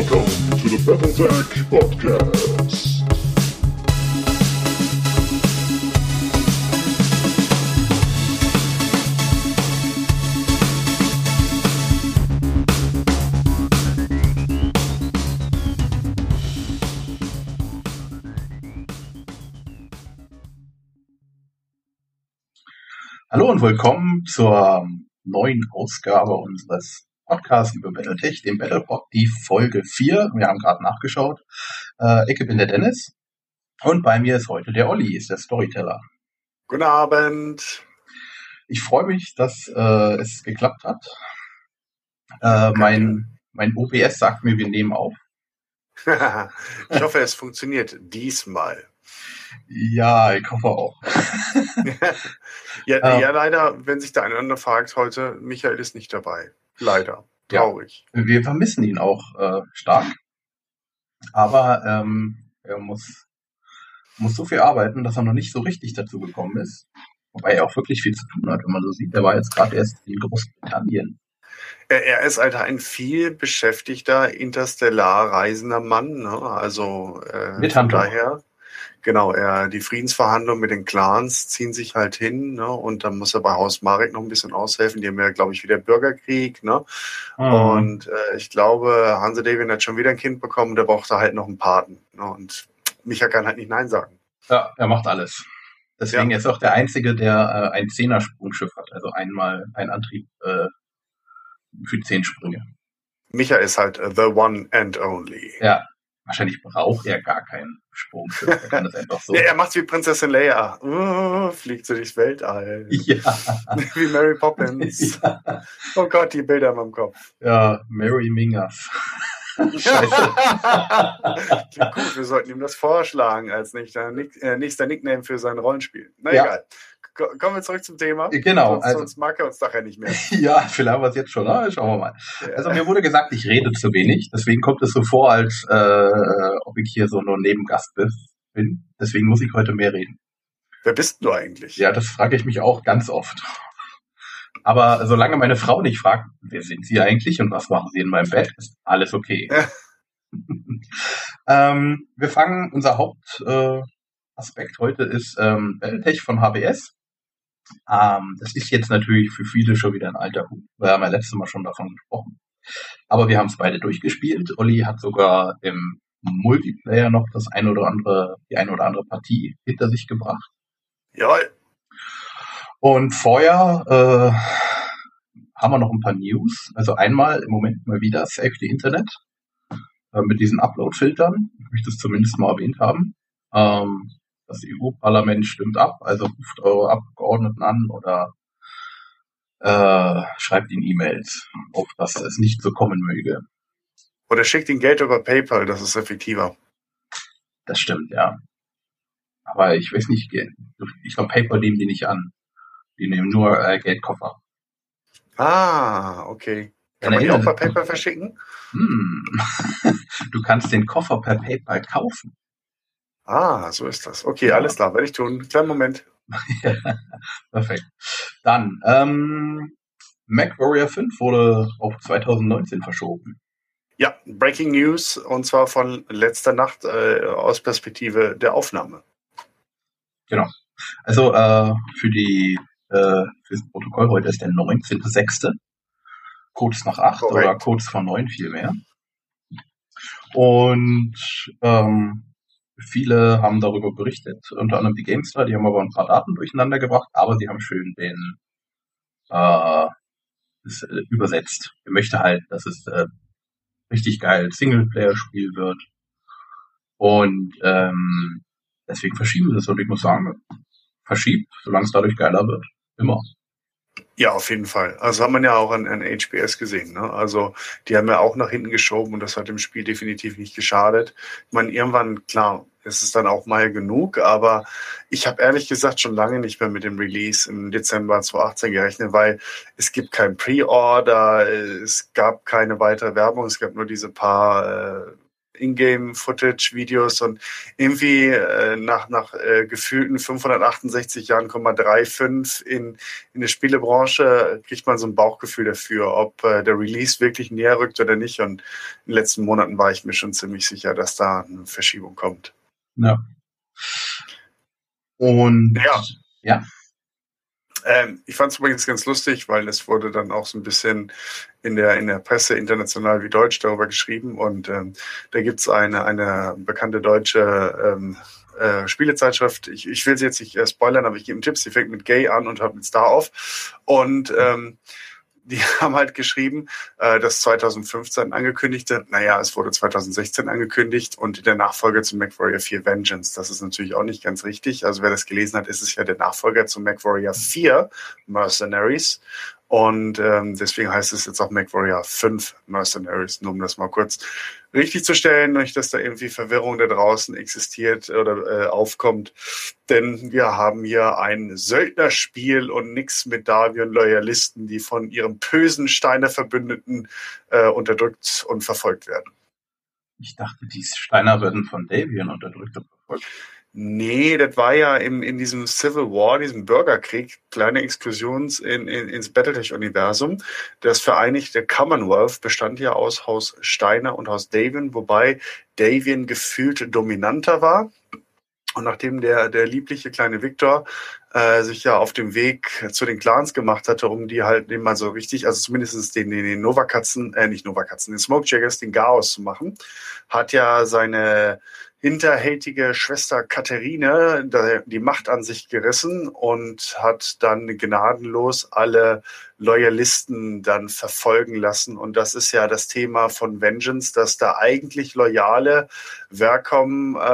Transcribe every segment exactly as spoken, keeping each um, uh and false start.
Welcome to the Battletech Podcast. Hallo und willkommen zur neuen Ausgabe unseres Podcasts über Battletech, dem Battlepod, die Folge vier. Wir haben gerade nachgeschaut. Äh, ich bin der Dennis und bei mir ist heute der Olli, ist der Storyteller. Guten Abend. Ich freue mich, dass äh, es geklappt hat. Äh, mein, mein O B S sagt mir, wir nehmen auf. Ich hoffe, es funktioniert diesmal. Ja, ich hoffe auch. ja, ähm, ja, leider, wenn sich der eine oder andere fragt heute, Michael ist nicht dabei. Leider. Traurig. Ja, wir vermissen ihn auch äh, stark. Aber ähm, er muss, muss so viel arbeiten, dass er noch nicht so richtig dazu gekommen ist. Wobei er auch wirklich viel zu tun hat, wenn man so sieht. Er war jetzt gerade erst in Großbritannien. Er, er ist halt ein viel beschäftigter, interstellar reisender Mann. Ne? Also äh, Mit von Handtuch. daher... Genau, er, die Friedensverhandlungen mit den Clans ziehen sich halt hin, ne? Und dann muss er bei Haus Marek noch ein bisschen aushelfen. Die haben ja, glaube ich, wieder Bürgerkrieg, ne? Mhm. Und äh, ich glaube, Hanse Devin hat schon wieder ein Kind bekommen, der braucht da halt noch einen Paten. Ne? Und Micha kann halt nicht Nein sagen. Ja, er macht alles. Deswegen ja. Ist er auch der Einzige, der äh, ein Zehner-Sprungschiff hat, also einmal ein Antrieb äh, für zehn Sprünge. Micha ist halt uh, the one and only. Ja. Wahrscheinlich braucht er gar keinen Sprungschiff. Er kann das einfach so. Ja, er macht's wie Prinzessin Leia. Uh, fliegt so durchs Weltall. Ja. Wie Mary Poppins. Ja. Oh Gott, die Bilder in meinem Kopf. Ja, Mary Mingas. Scheiße. Gut, wir sollten ihm das vorschlagen als nächster, äh, nächster Nickname für sein Rollenspiel. Na ja. Egal. Kommen wir zurück zum Thema. Genau. Sonst, also, sonst mag er uns nachher nicht mehr. Ja, vielleicht haben wir es jetzt schon. Ne? Schauen wir mal. Ja. Also mir wurde gesagt, ich rede zu wenig. Deswegen kommt es so vor, als äh, ob ich hier so nur Nebengast bin. Deswegen muss ich heute mehr reden. Wer bist du eigentlich? Ja, das frage ich mich auch ganz oft. Aber solange meine Frau nicht fragt, wer sind Sie eigentlich und was machen Sie in meinem Bett, ist alles okay. Ja. ähm, wir fangen, unser Hauptaspekt äh, heute ist ähm, Battletech von H B S. Ähm, das ist jetzt natürlich für viele schon wieder ein alter Hut. Wir haben ja letztes Mal schon davon gesprochen. Aber wir haben es beide durchgespielt. Olli hat sogar im Multiplayer noch das ein oder andere, die eine oder andere Partie hinter sich gebracht. Jawohl. Und vorher äh, haben wir noch ein paar News. Also einmal im Moment mal wieder Save the Internet äh, mit diesen Upload-Filtern. Ich möchte es zumindest mal erwähnt haben. Ähm, Das E U-Parlament stimmt ab, also ruft eure Abgeordneten an oder äh, schreibt ihnen E-Mails, auf dass es nicht so kommen möge. Oder schickt ihnen Geld über PayPal, das ist effektiver. Das stimmt, ja. Aber ich weiß nicht, ich glaube, PayPal nehmen die nicht an. Die nehmen nur äh, Geldkoffer. Ah, okay. Kann man die auch per PayPal verschicken? Hm. Du kannst den Koffer per PayPal kaufen. Ah, so ist das. Okay, ja. Alles klar, werde ich tun. Kleinen Moment. Ja, perfekt. Dann, ähm, MechWarrior fünf wurde auf zwanzig neunzehn verschoben. Ja, Breaking News, und zwar von letzter Nacht äh, aus Perspektive der Aufnahme. Genau. Also äh, für die äh, für das Protokoll heute ist der neunzehnter sechster Kurz nach acht Correct. Oder kurz vor neun vielmehr. Und ähm, viele haben darüber berichtet, unter anderem die GameStar, die haben aber ein paar Daten durcheinander gebracht, aber sie haben schön den äh, das, äh, übersetzt. Ich möchte halt, dass es äh, richtig geil Singleplayer-Spiel wird. Und ähm, deswegen verschieben sie das. Und ich muss sagen, verschiebt, solange es dadurch geiler wird. Immer. Ja, auf jeden Fall. Also hat man ja auch an, an H B S gesehen. Ne? Also die haben ja auch nach hinten geschoben und das hat dem Spiel definitiv nicht geschadet. Ich meine, irgendwann, klar, ist es dann auch mal genug, aber ich habe ehrlich gesagt schon lange nicht mehr mit dem Release im Dezember zwanzig achtzehn gerechnet, weil es gibt kein Pre-Order, es gab keine weitere Werbung, es gab nur diese paar äh, Ingame-Footage-Videos und irgendwie äh, nach, nach äh, gefühlten fünfhundertachtundsechzig Jahren Komma fünfunddreißig in, in der Spielebranche kriegt man so ein Bauchgefühl dafür, ob äh, der Release wirklich näher rückt oder nicht. Und in den letzten Monaten war ich mir schon ziemlich sicher, dass da eine Verschiebung kommt. Ja. Und ja. ja. Ähm, ich fand es übrigens ganz lustig, weil es wurde dann auch so ein bisschen in der in der Presse, international wie deutsch, darüber geschrieben. Und ähm, da gibt's eine eine bekannte deutsche ähm, äh, Spielezeitschrift. Ich, ich will sie jetzt nicht äh, spoilern, aber ich gebe Tipps. Die fängt mit Gay an und hört mit Star auf. Und ähm, die haben halt geschrieben, äh, dass zweitausendfünfzehn angekündigte, naja, es wurde zweitausendsechzehn angekündigt und der Nachfolger zu MechWarrior vier Vengeance. Das ist natürlich auch nicht ganz richtig. Also wer das gelesen hat, ist es ja der Nachfolger zu MechWarrior vier Mercenaries. Und ähm, deswegen heißt es jetzt auch MechWarrior fünf Mercenaries, nur um das mal kurz richtig zu stellen, nicht, dass da irgendwie Verwirrung da draußen existiert oder äh, aufkommt. Denn wir haben hier ein Söldnerspiel und nichts mit Davion-Loyalisten, die von ihrem bösen Steiner-Verbündeten äh, unterdrückt und verfolgt werden. Ich dachte, die Steiner werden von Davion unterdrückt und verfolgt. Nee, das war ja im, in diesem Civil War, diesem Bürgerkrieg, kleine Exkursions in, in, ins Battletech-Universum. Das Vereinigte Commonwealth bestand ja aus Haus Steiner und Haus Davion, wobei Davion gefühlt dominanter war. Und nachdem der, der liebliche kleine Victor äh, sich ja auf dem Weg zu den Clans gemacht hatte, um die halt eben mal so richtig, also zumindest den, den, den Nova-Katzen, äh, nicht Nova-Katzen, den Smokejaggers, den Chaos zu machen, hat ja seine hinterhältige Schwester Katharine die Macht an sich gerissen und hat dann gnadenlos alle Loyalisten dann verfolgen lassen. Und das ist ja das Thema von Vengeance, dass da eigentlich loyale Vercom äh,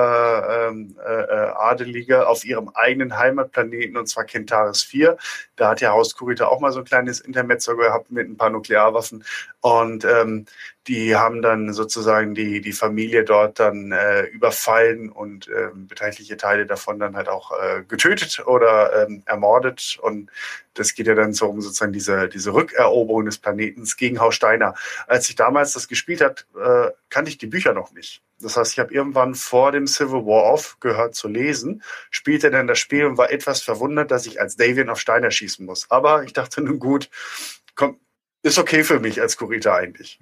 äh, Adelige auf ihrem eigenen Heimatplaneten, und zwar Kentaris vier, da hat ja Haus Kurita auch mal so ein kleines Intermezzo gehabt mit ein paar Nuklearwaffen. Und ähm, die haben dann sozusagen die, die Familie dort dann äh, überfallen und äh, beteiligte Teile davon dann halt auch äh, getötet oder ähm, ermordet. Und das geht ja dann so um sozusagen diese, diese Rückeroberung des Planetens gegen Haus Steiner. Als ich damals das gespielt habe, äh, kannte ich die Bücher noch nicht. Das heißt, ich habe irgendwann vor dem Civil War aufgehört zu lesen, spielte dann das Spiel und war etwas verwundert, dass ich als Davion auf Steiner schießen muss. Aber ich dachte, nun gut, komm, ist okay für mich als Kurita eigentlich.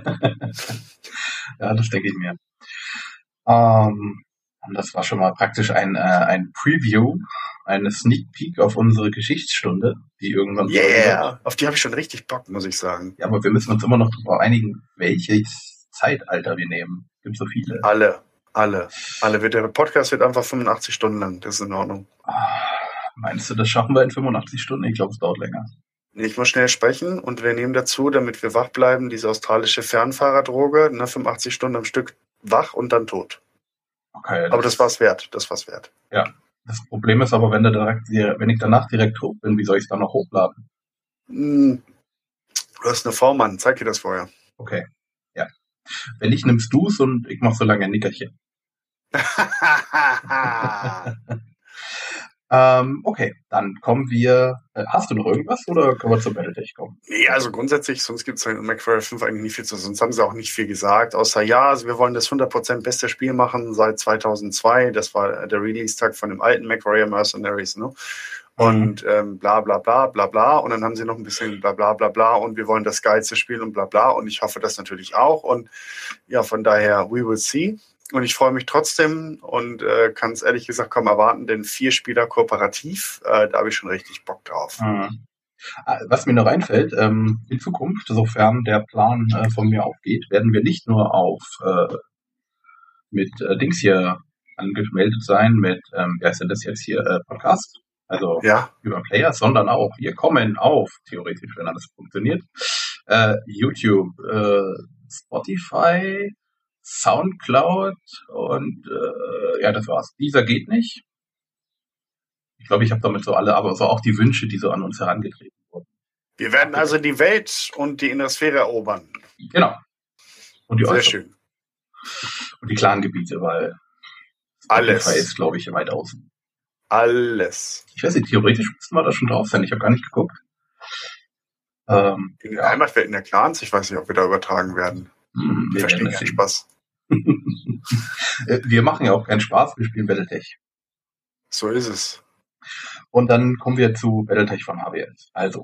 Ja, das denke ich mir. Ähm, das war schon mal praktisch ein, äh, ein Preview, eine Sneak Peek auf unsere Geschichtsstunde, die irgendwann... Yeah, auf die habe ich schon richtig Bock, muss ich sagen. Ja, aber wir müssen uns immer noch darüber einigen, welches Zeitalter wir nehmen. Es gibt so viele. Alle, alle, alle. Der Podcast wird einfach fünfundachtzig Stunden lang, das ist in Ordnung. Meinst du, das schaffen wir in fünfundachtzig Stunden? Ich glaube, es dauert länger. Ich muss schnell sprechen und wir nehmen dazu, damit wir wach bleiben, diese australische Fernfahrerdroge, ne, fünfundachtzig Stunden am Stück wach und dann tot. Okay. Das aber das war's wert, das war's wert. Ja, das Problem ist aber, wenn, der direkt, wenn ich danach direkt hoch bin, wie soll ich es dann noch hochladen? Hm, du hast eine V, Mann, zeig dir das vorher. Okay, ja. Wenn nicht, nimmst du es und ich mach so lange ein Nickerchen. Ähm, okay, dann kommen wir. Äh, hast du noch irgendwas oder können wir zur Battletech kommen? Nee, also grundsätzlich, sonst gibt es in MechWarrior fünf eigentlich nicht viel zu, sonst haben sie auch nicht viel gesagt, außer ja, also wir wollen das hundert Prozent beste Spiel machen seit zweitausendzwei, das war der Release-Tag von dem alten MechWarrior Mercenaries, ne? Und ähm, bla bla bla bla bla und dann haben sie noch ein bisschen bla bla bla bla und wir wollen das geilste Spiel und bla bla und ich hoffe das natürlich auch und ja, von daher, we will see. Und ich freue mich trotzdem und äh, kann es ehrlich gesagt kaum erwarten, denn vier Spieler kooperativ, äh, da habe ich schon richtig Bock drauf. Mhm. Was mir noch einfällt, ähm, in Zukunft, sofern der Plan äh, von mir aufgeht, werden wir nicht nur auf äh, mit äh, Dings hier angemeldet sein, mit, ähm, wie heißt denn das jetzt hier, äh, Podcast, also ja. über Player, sondern auch, wir kommen auf, theoretisch, wenn alles funktioniert, äh, YouTube, äh, Spotify, Soundcloud und äh, ja, das war's. Dieser geht nicht. Ich glaube, ich habe damit so alle, aber so auch die Wünsche, die so an uns herangetreten wurden. Wir werden also die Welt und die Innersphäre erobern. Genau. Und die Sehr Äußere. schön. Und die Clan-Gebiete, weil alles Spotify ist, glaube ich, weit außen. Alles. Ich weiß nicht, theoretisch müssten wir da schon drauf sein. Ich habe gar nicht geguckt. Ähm, in den ja. Heimatwelten der Clans, ich weiß nicht, ob wir da übertragen werden. Hm, die verstehen keinen Spaß. Wir machen ja auch keinen Spaß, wir spielen Battletech. So ist es. Und dann kommen wir zu Battletech von H B S. Also,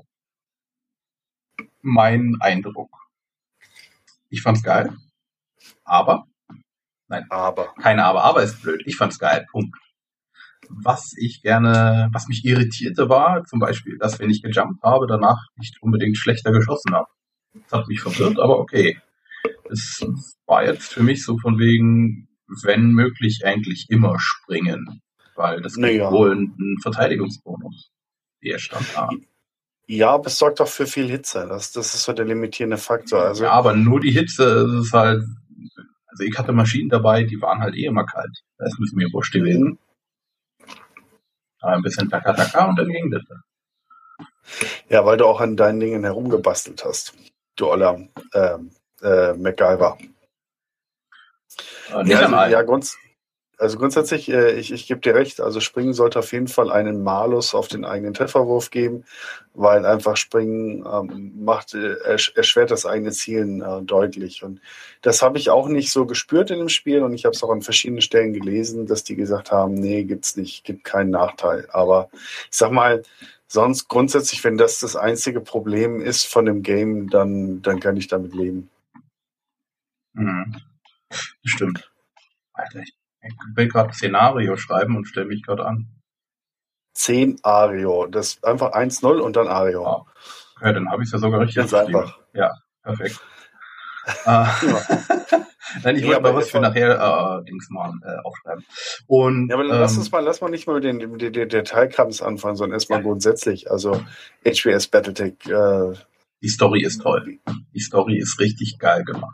mein Eindruck. Ich fand's geil. Aber, nein, Aber. keine Aber, aber ist blöd. Ich fand's geil. Punkt. Was ich gerne, was mich irritierte war, zum Beispiel, dass wenn ich gejumpt habe, danach nicht unbedingt schlechter geschossen habe. Das hat mich verwirrt, aber okay. Es war jetzt für mich so von wegen, wenn möglich, eigentlich immer springen. Weil das gibt Naja. wohl einen Verteidigungsbonus. Der stand da. Ja, aber es sorgt auch für viel Hitze. Das, das ist so der limitierende Faktor. Also, Ja, aber nur die Hitze, es ist halt, also ich hatte Maschinen dabei, die waren halt eh immer kalt. Das müssen mir wurscht gewesen. Aber ein bisschen Taka-Taka und dann ging das. ja, weil du auch an deinen Dingen herumgebastelt hast. Du oller ähm, äh, MacGyver. Äh, nicht Ja, an also, allen. ja grunds also grundsätzlich, äh, ich, ich gebe dir recht, also Springen sollte auf jeden Fall einen Malus auf den eigenen Trefferwurf geben, weil einfach Springen ähm, macht, äh, ersch- erschwert das eigene Zielen äh, deutlich. Und das habe ich auch nicht so gespürt in dem Spiel und ich habe es auch an verschiedenen Stellen gelesen, dass die gesagt haben, nee, gibt's nicht, gibt keinen Nachteil. Aber ich sag mal, sonst grundsätzlich, wenn das das einzige Problem ist von dem Game, dann, dann kann ich damit leben. Mhm. Stimmt. Alter, ich ich will gerade Szenario schreiben und stelle mich gerade an. zehn Ario, das ist einfach eins null und dann Ario. Ja, ja dann habe ich es ja sogar richtig Ganz geschrieben. einfach. Ja, perfekt. äh, Ja. Nein, ich Nee, wollte aber mal was für von- nachher äh, Dings mal äh, aufschreiben. Und Ja, aber ähm, lass uns mal, lass mal nicht mal mit den, den, den Detailkrams anfangen, sondern erstmal Ja. grundsätzlich. Also H B S Battletech, äh, die Story ist toll. Die Story ist richtig geil gemacht.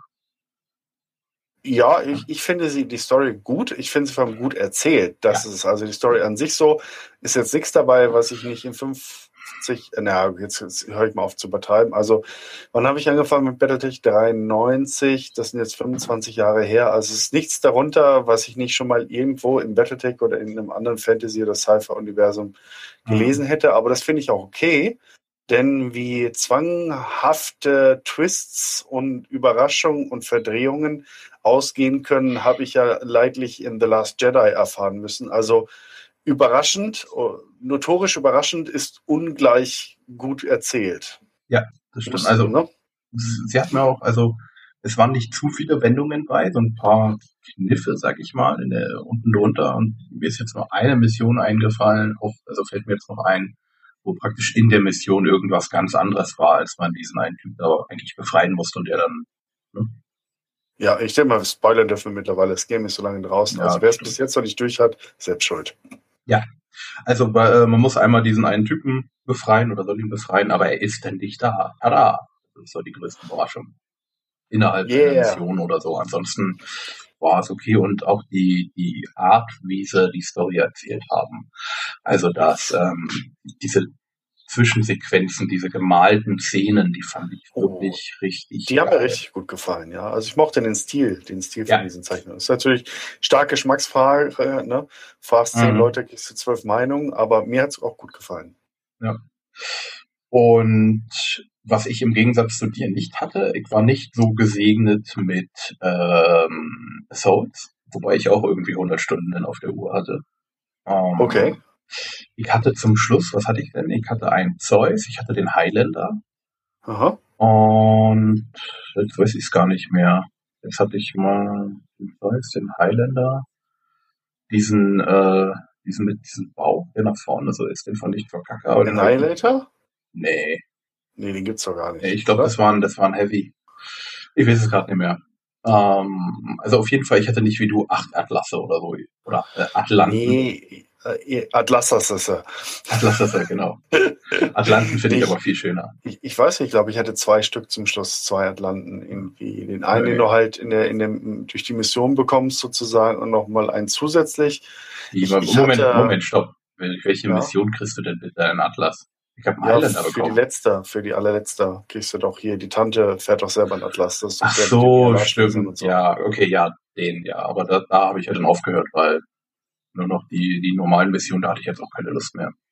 ja, ich, ich finde sie, die Story gut. Ich finde sie vor allem gut erzählt. Das ist also die Story an sich so. Ist jetzt nichts dabei, was ich nicht in fünfzig, na, jetzt, jetzt höre ich mal auf zu übertreiben. Also, wann habe ich angefangen mit Battletech? dreiundneunzig. Das sind jetzt fünfundzwanzig Jahre her. Also, es ist nichts darunter, was ich nicht schon mal irgendwo in Battletech oder in einem anderen Fantasy- oder Sci-Fi-Universum gelesen hätte. Aber das finde ich auch okay. Denn wie zwanghafte Twists und Überraschungen und Verdrehungen ausgehen können, habe ich ja leidlich in The Last Jedi erfahren müssen. Also überraschend, notorisch überraschend ist ungleich gut erzählt. Ja, das stimmt. Also Ne? sie hat mir auch, also es waren nicht zu viele Wendungen bei, so ein paar Kniffe, sag ich mal, in der, unten drunter. Und mir ist jetzt nur eine Mission eingefallen, auf, also fällt mir jetzt noch ein, wo praktisch in der Mission irgendwas ganz anderes war, als man diesen einen Typ da eigentlich befreien musste und der dann. Ne? Ja, ich denke mal, Spoiler dürfen wir mittlerweile. Das Game ist so lange draußen. Ja, also wer es stimmt. bis jetzt noch nicht durch hat, selbst schuld. Also äh, man muss einmal diesen einen Typen befreien oder soll ihn befreien, aber er ist denn nicht da. Tada! Das ist so die größte Überraschung. Innerhalb Yeah. einer Mission oder so. Ansonsten war es okay und auch die, die Art, wie sie die Story erzählt haben. Also dass ähm, diese Zwischensequenzen, diese gemalten Szenen, die fand ich Oh. wirklich richtig Die haben mir geil. richtig gut gefallen, ja. Also ich mochte den Stil, den Stil von Ja. diesen Zeichnungen. Das ist natürlich stark Geschmacksfrage, ne? Fragst zehn Mhm. Leute, kriegst du zwölf Meinungen, aber mir hat es auch gut gefallen. Und was ich im Gegensatz zu dir nicht hatte, ich war nicht so gesegnet mit ähm, Assaults, wobei ich auch irgendwie hundert Stunden dann auf der Uhr hatte. Ähm, Okay. Ich hatte zum Schluss, was hatte ich denn? Ich hatte einen Zeus, ich hatte den Highlander Aha. und jetzt weiß ich es gar nicht mehr. Jetzt hatte ich mal den Zeus, den Highlander, diesen, äh, diesen mit diesem Bauch, der nach vorne so ist, den fand ich zwar kacke, aber den hab ich- Annihilator? Nee, Nee, den gibt's doch gar nicht. nee, ich glaube, oder? das waren, das waren Heavy. Ich weiß es gerade nicht mehr. Ähm, also auf jeden Fall, ich hatte nicht wie du acht Atlasse oder so. Oder äh, Atlanten. Nee, äh, Atlasas ist er. Atlasse, genau. Atlanten finde ich Nicht- aber viel schöner. Ich, ich weiß nicht, ich glaube, ich hatte zwei Stück zum Schluss, zwei Atlanten irgendwie. Den einen, Okay. den du halt in der, in dem, durch die Mission bekommst sozusagen und nochmal einen zusätzlich. Die, Ich- ich Moment, hatte- Moment, stopp. Wel- Welche Ja. Mission kriegst du denn bitte einen Atlas? Ich habe einen Ja, Highlander für die bekommen. letzte, für die allerletzte kriegst du doch hier, die Tante fährt doch selber einen Atlas. Das ist doch Ach der mit den so, Mirage-Lasern stimmt. und so. Ja, okay, ja, den, ja. Aber da, da habe ich ja dann aufgehört, weil nur noch die, die normalen Missionen, da hatte ich jetzt auch keine Lust mehr.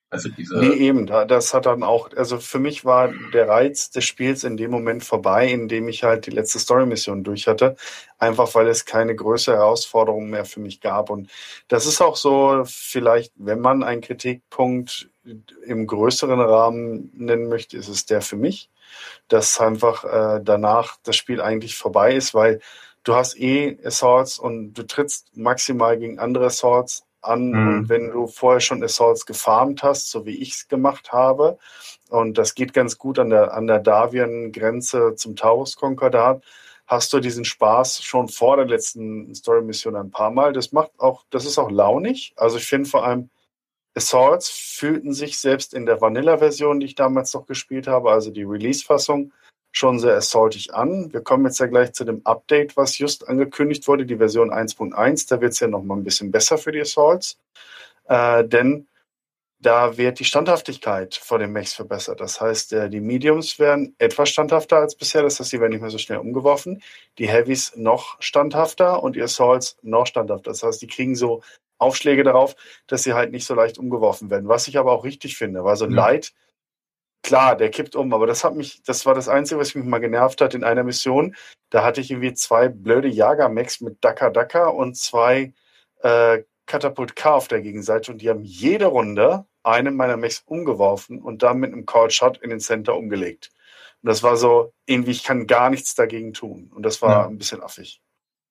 Also diese. Nee, eben, da- das hat dann auch, also für mich war der Reiz des Spiels in dem Moment vorbei, in dem ich halt die letzte Story-Mission durch hatte, einfach weil es keine größere Herausforderung mehr für mich gab. Und das ist auch so, vielleicht, wenn man einen Kritikpunkt im größeren Rahmen nennen möchte, ist es der für mich, dass einfach äh, danach das Spiel eigentlich vorbei ist, weil du hast eh Assaults und du trittst maximal gegen andere Assaults an, Mhm. und wenn du vorher schon Assaults gefarmt hast, so wie ich es gemacht habe, und das geht ganz gut an der, an der Davian-Grenze zum Taurus-Konkordat, hast du diesen Spaß schon vor der letzten Story-Mission ein paar Mal. Das macht auch, das ist auch launig. Also ich finde vor allem, Assaults fühlten sich selbst in der Vanilla-Version, die ich damals noch gespielt habe, also die Release-Fassung, schon sehr assaultig an. Wir kommen jetzt ja gleich zu dem Update, was just angekündigt wurde, die Version eins Punkt eins. Da wird es ja noch mal ein bisschen besser für die Assaults, äh, denn da wird die Standhaftigkeit vor den Mechs verbessert. Das heißt, äh, die Mediums werden etwas standhafter als bisher, das heißt, sie werden nicht mehr so schnell umgeworfen. Die Heavies noch standhafter und die Assaults noch standhafter. Das heißt, die kriegen so Aufschläge darauf, dass sie halt nicht so leicht umgeworfen werden. Was ich aber auch richtig finde, weil so ein Ja. Light, klar, der kippt um, aber das hat mich, das war das Einzige, was mich mal genervt hat in einer Mission. Da hatte ich irgendwie zwei blöde Jager-Mechs mit Daka Daka und zwei äh, Katapult K auf der Gegenseite, und die haben jede Runde einen meiner Mechs umgeworfen und dann mit einem Call Shot in den Center umgelegt. Und das war so, irgendwie, ich kann gar nichts dagegen tun. Und das war Ja. ein bisschen affig.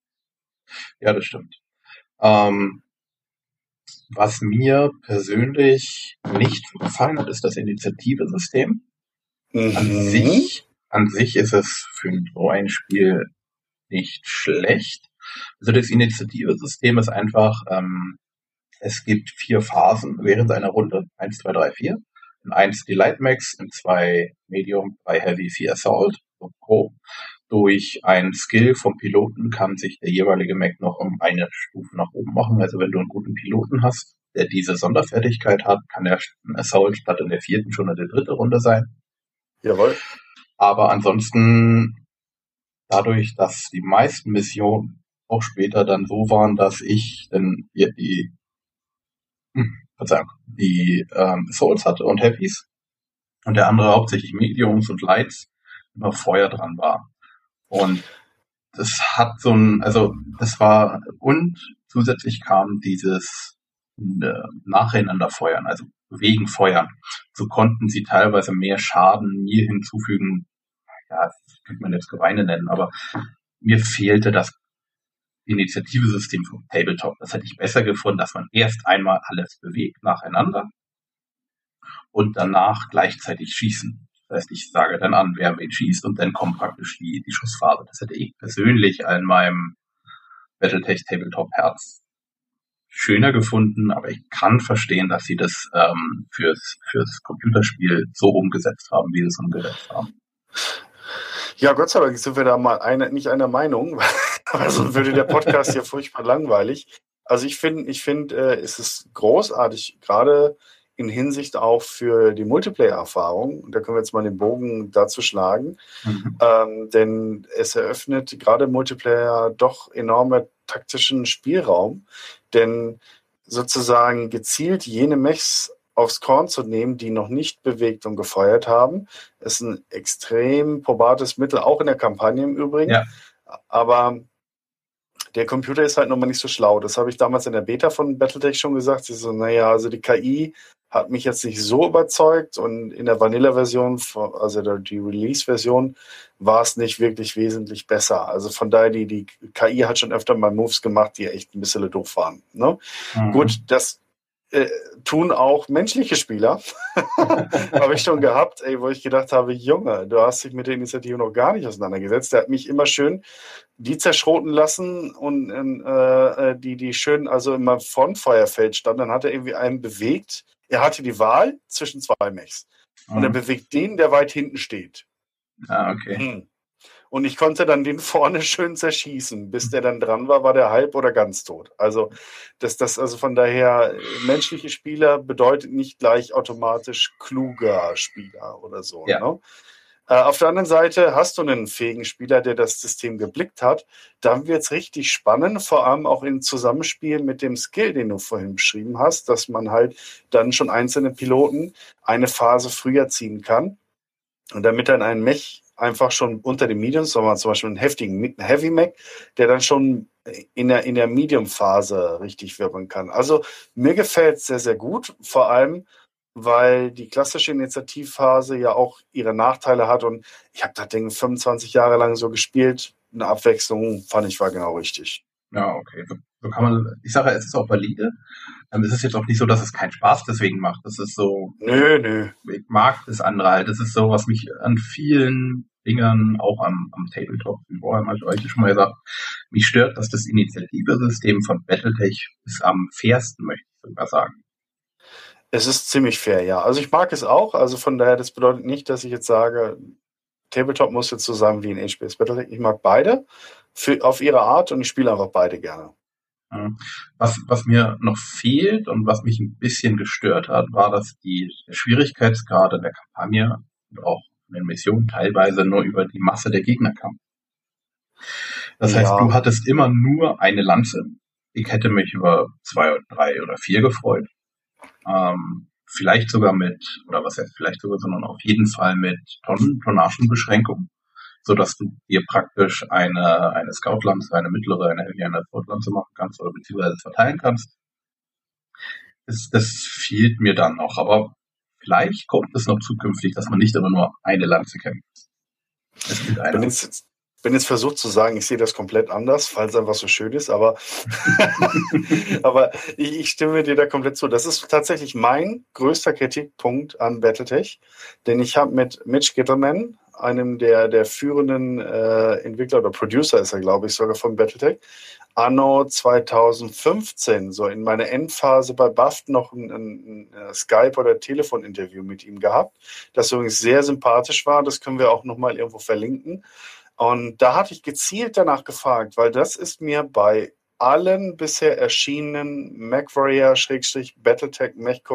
Ja, das stimmt. Ähm, was mir persönlich nicht gefallen hat, ist das Initiative-System. An Mhm. sich, an sich ist es für so ein Spiel nicht schlecht. Also das Initiative-System ist einfach, ähm, es gibt vier Phasen während einer Runde. Eins, zwei, drei, vier. In eins die Light Max, in zwei Medium, drei Heavy, vier Assault. So grob. Durch ein Skill vom Piloten kann sich der jeweilige Mech noch um eine Stufe nach oben machen. Also wenn du einen guten Piloten hast, der diese Sonderfertigkeit hat, kann der Assault statt in der vierten schon in der dritten Runde sein. Jawohl. Aber ansonsten, dadurch, dass die meisten Missionen auch später dann so waren, dass ich dann die, die, hm, Verzeihung, die ähm, Souls hatte und Heavies und der andere hauptsächlich Mediums und Lights, immer Feuer dran war. Und das hat so ein, also das war, und zusätzlich kam dieses äh, nacheinander Feuern, also wegen Feuern. So konnten sie teilweise mehr Schaden mir hinzufügen. Ja, das könnte man jetzt Geweine nennen, aber mir fehlte das Initiativesystem vom Tabletop. Das hätte ich besser gefunden, dass man erst einmal alles bewegt nacheinander und danach gleichzeitig schießen. Das heißt, ich sage dann an, wer wen schießt, und dann kommt praktisch die, die Schussphase. Das hätte ich persönlich in meinem Battletech Tabletop Herz schöner gefunden, aber ich kann verstehen, dass sie das ähm, fürs, fürs Computerspiel so umgesetzt haben, wie sie es umgesetzt haben. Ja, Gott sei Dank sind wir da mal eine, nicht einer Meinung, weil sonst würde der Podcast hier furchtbar langweilig. Also ich finde, ich finde, äh, es ist großartig, gerade in Hinsicht auch für die Multiplayer-Erfahrung. Und da können wir jetzt mal den Bogen dazu schlagen. Mhm. Ähm, denn es eröffnet gerade Multiplayer doch enorme taktischen Spielraum. Denn sozusagen gezielt jene Mechs aufs Korn zu nehmen, die noch nicht bewegt und gefeuert haben, ist ein extrem probates Mittel, auch in der Kampagne im Übrigen. Ja. Aber der Computer ist halt noch mal nicht so schlau. Das habe ich damals in der Beta von Battletech schon gesagt. Sie so, naja, also die K I hat mich jetzt nicht so überzeugt, und in der Vanilla-Version, also die Release-Version, war es nicht wirklich wesentlich besser. Also von daher, die, die K I hat schon öfter mal Moves gemacht, die echt ein bisschen doof waren. Ne? Mhm. Gut, das äh, tun auch menschliche Spieler. Habe ich schon gehabt, ey, wo ich gedacht habe, Junge, du hast dich mit der Initiative noch gar nicht auseinandergesetzt. Der hat mich immer schön die zerschroten lassen und äh, die, die schön also immer von Feuerfeld standen. Dann hat er irgendwie einen bewegt. Er hatte die Wahl zwischen zwei Mechs. Mhm. Und er bewegt den, der weit hinten steht. Ah, okay. Hm. Und ich konnte dann den vorne schön zerschießen. Bis der dann dran war, war der halb oder ganz tot. Also, das, das, also von daher, menschliche Spieler bedeutet nicht gleich automatisch kluger Spieler oder so. Ja. Ne? Äh, auf der anderen Seite hast du einen fähigen Spieler, der das System geblickt hat. Dann wird es richtig spannend, vor allem auch im Zusammenspiel mit dem Skill, den du vorhin beschrieben hast, dass man halt dann schon einzelne Piloten eine Phase früher ziehen kann. Und damit dann ein Mech einfach schon unter den Mediums, sondern zum Beispiel einen heftigen Heavy Mech, der dann schon in der, in der Medium-Phase richtig wirbeln kann. Also mir gefällt es sehr, sehr gut, vor allem, weil die klassische Initiativphase ja auch ihre Nachteile hat und ich habe das Ding fünfundzwanzig Jahre lang so gespielt. Eine Abwechslung fand ich war genau richtig. Ja, okay. So, so kann man, ich sage, es ist auch valide. Ähm, es ist jetzt auch nicht so, dass es keinen Spaß deswegen macht. Es ist so, Nö, nö. ich mag das andere halt. Das ist so, was mich an vielen Dingern, auch am, am Tabletop, wie vorher mal euch schon mal gesagt, mich stört, dass das Initiative-System von Battletech ist am fairsten, möchte ich sogar sagen. Es ist ziemlich fair, ja. Also ich mag es auch. Also von daher, das bedeutet nicht, dass ich jetzt sage, Tabletop muss jetzt so sein wie in H P S Battletech. Ich mag beide für, auf ihre Art und ich spiele einfach beide gerne. Was, was mir noch fehlt und was mich ein bisschen gestört hat, war, dass die der Schwierigkeitsgrad in der Kampagne und auch in den Missionen teilweise nur über die Masse der Gegner kam. Das heißt, Ja. du hattest immer nur eine Lanze. Ich hätte mich über zwei oder drei oder vier gefreut. Ähm, vielleicht sogar mit, oder was heißt vielleicht sogar, sondern auf jeden Fall mit Tonnen, Tonnagenbeschränkung, so dass du dir praktisch eine, eine Scoutlanze, eine mittlere, eine Heavy, eine Scoutlanze machen kannst oder beziehungsweise verteilen kannst. Das, das fehlt mir dann noch, aber vielleicht kommt es noch zukünftig, dass man nicht immer nur eine Lanze kämpft. Es gibt Ich eine. bin jetzt, bin jetzt versucht zu sagen, ich sehe das komplett anders, weil es einfach so schön ist, aber, aber ich, ich stimme dir da komplett zu. Das ist tatsächlich mein größter Kritikpunkt an Battletech, denn ich habe mit Mitch Gittelman, einem der, der führenden äh, Entwickler oder Producer ist er, glaube ich, sogar von Battletech, anno zwanzig fünfzehn, so in meiner Endphase bei B A F T noch ein, ein, ein Skype- oder Telefoninterview mit ihm gehabt, das übrigens sehr sympathisch war, das können wir auch nochmal irgendwo verlinken. Und da hatte ich gezielt danach gefragt, weil das ist mir bei allen bisher erschienenen MechWarrior, Battletech,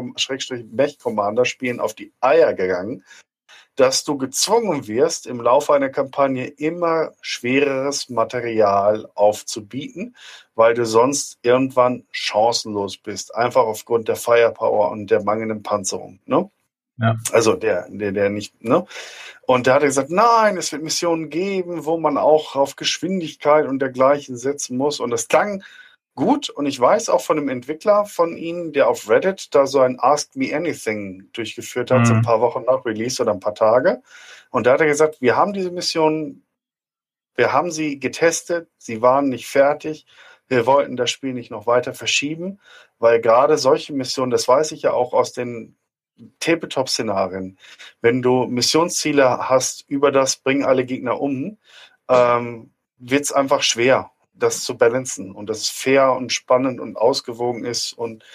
Mech Commander Spielen auf die Eier gegangen, dass du gezwungen wirst, im Laufe einer Kampagne immer schwereres Material aufzubieten, weil du sonst irgendwann chancenlos bist, einfach aufgrund der Firepower und der mangelnden Panzerung. Ne? Ja. Also der, der, der nicht, ne? Und da hat er gesagt, nein, es wird Missionen geben, wo man auch auf Geschwindigkeit und dergleichen setzen muss. Und das klang gut. Und ich weiß auch von einem Entwickler von Ihnen, der auf Reddit da so ein Ask Me Anything durchgeführt hat, mhm. so ein paar Wochen nach Release oder ein paar Tage. Und da hat er gesagt, wir haben diese Missionen, wir haben sie getestet, sie waren nicht fertig. Wir wollten das Spiel nicht noch weiter verschieben, weil gerade solche Missionen, das weiß ich ja auch aus den Tabletop-Szenarien, wenn du Missionsziele hast, über das bringen alle Gegner um, ähm, wird es einfach schwer, das zu balancen und dass es fair und spannend und ausgewogen ist. Und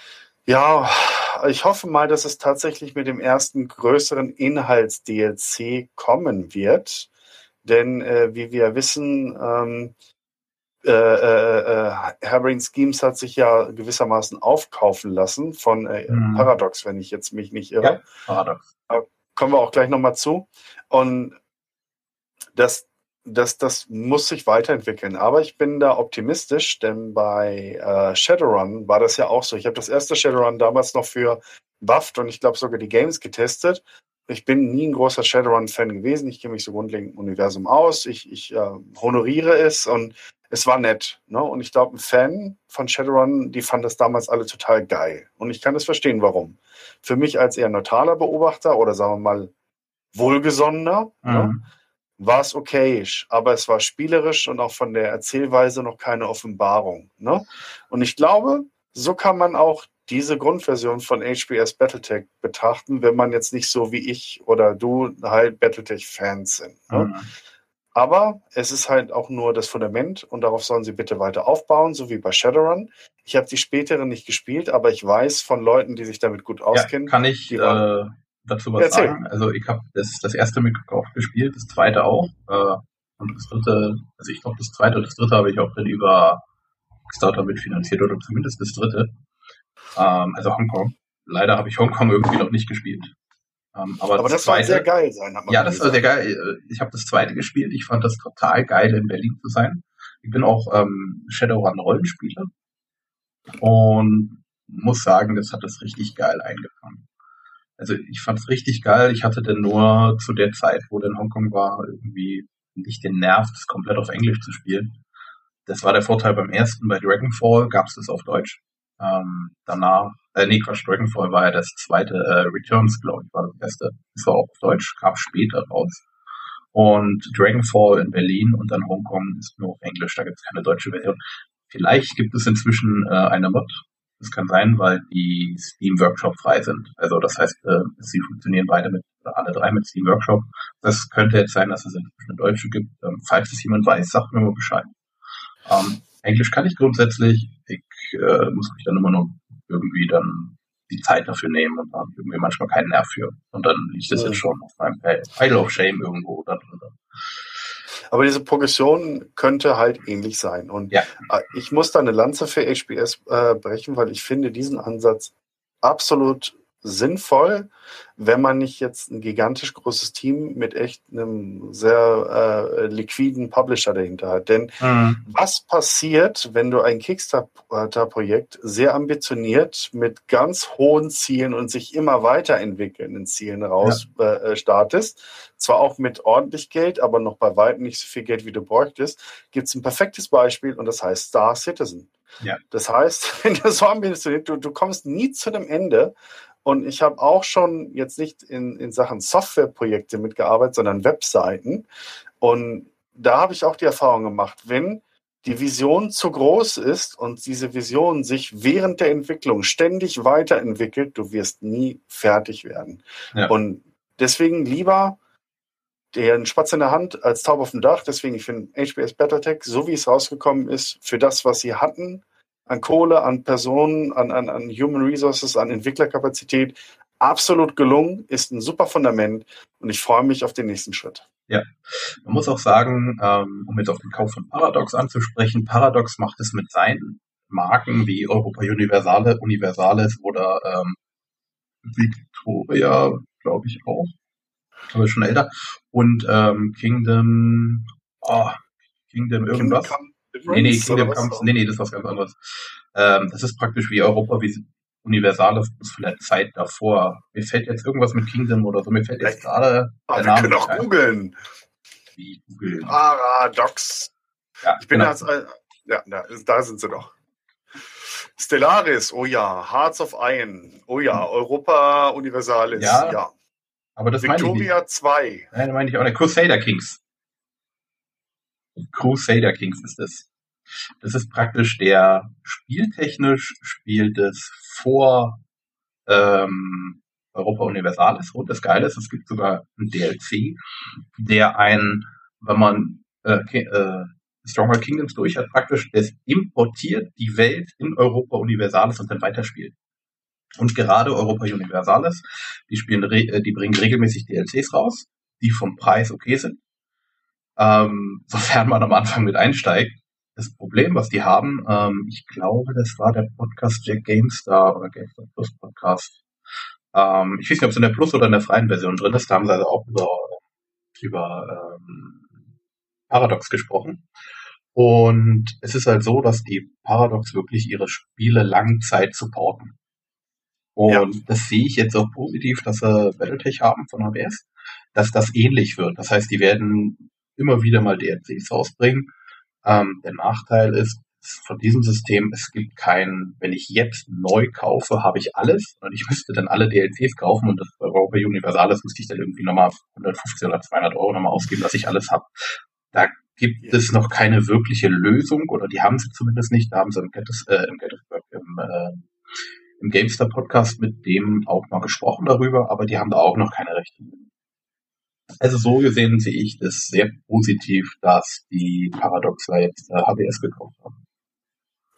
ja, ich hoffe mal, dass es tatsächlich mit dem ersten größeren Inhalts-D L C kommen wird, denn äh, wie wir wissen, ähm, Äh, äh, Harebrained Schemes hat sich ja gewissermaßen aufkaufen lassen von äh, mhm. Paradox, wenn ich jetzt mich nicht irre. Ja, Paradox. Da kommen wir auch gleich nochmal zu. Und das, das, das muss sich weiterentwickeln. Aber ich bin da optimistisch, denn bei äh, Shadowrun war das ja auch so. Ich habe das erste Shadowrun damals noch für B A F T und ich glaube sogar die Games getestet. Ich bin nie ein großer Shadowrun-Fan gewesen. Ich kenne mich so grundlegend im Universum aus. Ich, ich äh, honoriere es und es war nett, ne? Und ich glaube, ein Fan von Shadowrun, die fanden das damals alle total geil. Und ich kann es verstehen, warum. Für mich als eher neutraler Beobachter oder sagen wir mal wohlgesonnener, mhm. ne, war es okayisch. Aber es war spielerisch und auch von der Erzählweise noch keine Offenbarung. Ne? Und ich glaube, so kann man auch diese Grundversion von H P S Battletech betrachten, wenn man jetzt nicht so wie ich oder du halt Battletech-Fans sind. Ne? Mhm. Aber es ist halt auch nur das Fundament und darauf sollen sie bitte weiter aufbauen, so wie bei Shadowrun. Ich habe die späteren nicht gespielt, aber ich weiß von Leuten, die sich damit gut auskennen. Ja, kann ich äh, dazu was Erzähl. sagen? Also ich habe das, das erste mitgekauft gespielt, das zweite auch. Äh, und das dritte, also ich glaube das zweite und das dritte habe ich auch dann über Kickstarter mitfinanziert oder zumindest das dritte. Ähm, also Hongkong. Leider habe ich Hongkong irgendwie noch nicht gespielt. Ähm, aber, aber das, das zweite, soll sehr geil sein, hat man Ja, das gesagt. war sehr geil. Ich habe das zweite gespielt. Ich fand das total geil, in Berlin zu sein. Ich bin auch ähm, Shadowrun-Rollenspieler und muss sagen, das hat das richtig geil eingefangen. Also ich fand es richtig geil. Ich hatte dann nur zu der Zeit, wo der in Hongkong war, irgendwie nicht den Nerv, das komplett auf Englisch zu spielen. Das war der Vorteil beim ersten. Bei Dragonfall gab es das auf Deutsch. Ähm, danach, äh, nee, Quatsch, Dragonfall war ja das zweite, äh, Returns, glaube ich, war das erste. Das war auch auf Deutsch, kam später raus. Und Dragonfall in Berlin und dann Hongkong ist nur auf Englisch, da gibt es keine deutsche Version. Vielleicht gibt es inzwischen äh, eine Mod. Das kann sein, weil die Steam Workshop frei sind. Also das heißt, äh, sie funktionieren beide mit, oder alle drei mit Steam Workshop. Das könnte jetzt sein, dass es inzwischen eine deutsche gibt. Ähm, falls es jemand weiß, sagt mir mal Bescheid. Ähm, Englisch kann ich grundsätzlich. Ich äh, muss mich dann immer nur irgendwie dann die Zeit dafür nehmen und habe irgendwie manchmal keinen Nerv für. Und dann liegt das Mhm. jetzt schon auf meinem Pile of Shame irgendwo da drin. Aber diese Progression könnte halt ähnlich sein. Und Ja. äh, ich muss da eine Lanze für H B S äh, brechen, weil ich finde diesen Ansatz absolut sinnvoll, wenn man nicht jetzt ein gigantisch großes Team mit echt einem sehr äh, liquiden Publisher dahinter hat. Denn Mhm. was passiert, wenn du ein Kickstarter-Projekt sehr ambitioniert mit ganz hohen Zielen und sich immer weiterentwickelnden Zielen raus ja. äh, startest? Zwar auch mit ordentlich Geld, aber noch bei weitem nicht so viel Geld, wie du bräuchtest. Gibt es ein perfektes Beispiel und das heißt Star Citizen. Ja. Das heißt, wenn du so ambitioniert, du, du kommst nie zu einem Ende. Und ich habe auch schon jetzt nicht in, in Sachen Softwareprojekte mitgearbeitet, sondern Webseiten. Und da habe ich auch die Erfahrung gemacht, wenn die Vision zu groß ist und diese Vision sich während der Entwicklung ständig weiterentwickelt, du wirst nie fertig werden. Ja. Und deswegen lieber den Spatz in der Hand als Taube auf dem Dach. Deswegen, ich finde H B S Battletech, so wie es rausgekommen ist, für das, was sie hatten, an Kohle, an Personen, an, an, an Human Resources, an Entwicklerkapazität, absolut gelungen, ist ein super Fundament und ich freue mich auf den nächsten Schritt. Ja, man muss auch sagen, ähm, um jetzt auf den Kauf von Paradox anzusprechen, Paradox macht es mit seinen Marken wie Europa Universale, Universales oder ähm, Victoria, glaube ich auch, aber schon älter, und ähm, Kingdom, oh, Kingdom irgendwas. Kingdom Nee, nee, Kingdom Comes, nee, nee, das ist was ganz anderes. Ähm, das ist praktisch wie Europa, wie Universales von der Zeit davor. Mir fällt jetzt irgendwas mit Kingdom oder so, mir fällt jetzt gerade ah, der wir Name können auch googeln. Wie googeln? Paradox. Ja, ich bin genau. als, ja, da, da sind sie doch. Stellaris, oh ja. Hearts of Iron, oh ja. Hm. Europa Universalis, ja. ja. Aber das Victoria zwei. Nein, meine ich auch nicht. Crusader Kings. Crusader Kings ist es. Das ist praktisch der, spieltechnisch spielt es vor ähm, Europa Universalis. Und das Geile ist, es gibt sogar einen D L C, der ein, wenn man äh, äh, Stronger Kingdoms durch hat, praktisch, das importiert die Welt in Europa Universalis und dann weiterspielt. Und gerade Europa Universalis, die spielen, re- die bringen regelmäßig D L Cs raus, die vom Preis okay sind. Ähm, sofern man am Anfang mit einsteigt. Das Problem, was die haben, ähm, ich glaube, das war der Podcast Jack GameStar oder GameStar Plus Podcast. Ähm, ich weiß nicht, ob es in der Plus oder in der freien Version drin ist. Da haben sie also auch über, über ähm, Paradox gesprochen. Und es ist halt so, dass die Paradox wirklich ihre Spiele Langzeit supporten. Und ja. Das sehe ich jetzt auch positiv, dass sie Battletech haben von H B S, dass das ähnlich wird. Das heißt, die werden immer wieder mal D L Cs rausbringen. Ähm, der Nachteil ist von diesem System, es gibt kein, wenn ich jetzt neu kaufe, habe ich alles und ich müsste dann alle D L Cs kaufen und das bei Europa Universalis müsste ich dann irgendwie nochmal hundertfünfzig oder zweihundert Euro nochmal ausgeben, dass ich alles habe. Da gibt ja. es noch keine wirkliche Lösung oder die haben sie zumindest nicht. Da haben sie im, Gettys, äh, im, Gettysburg, im, äh, im GameStar Podcast mit dem auch mal gesprochen darüber, aber die haben da auch noch keine Richtlinie. Also so gesehen sehe ich das sehr positiv, dass die Paradoxer jetzt äh, H B S gekauft haben.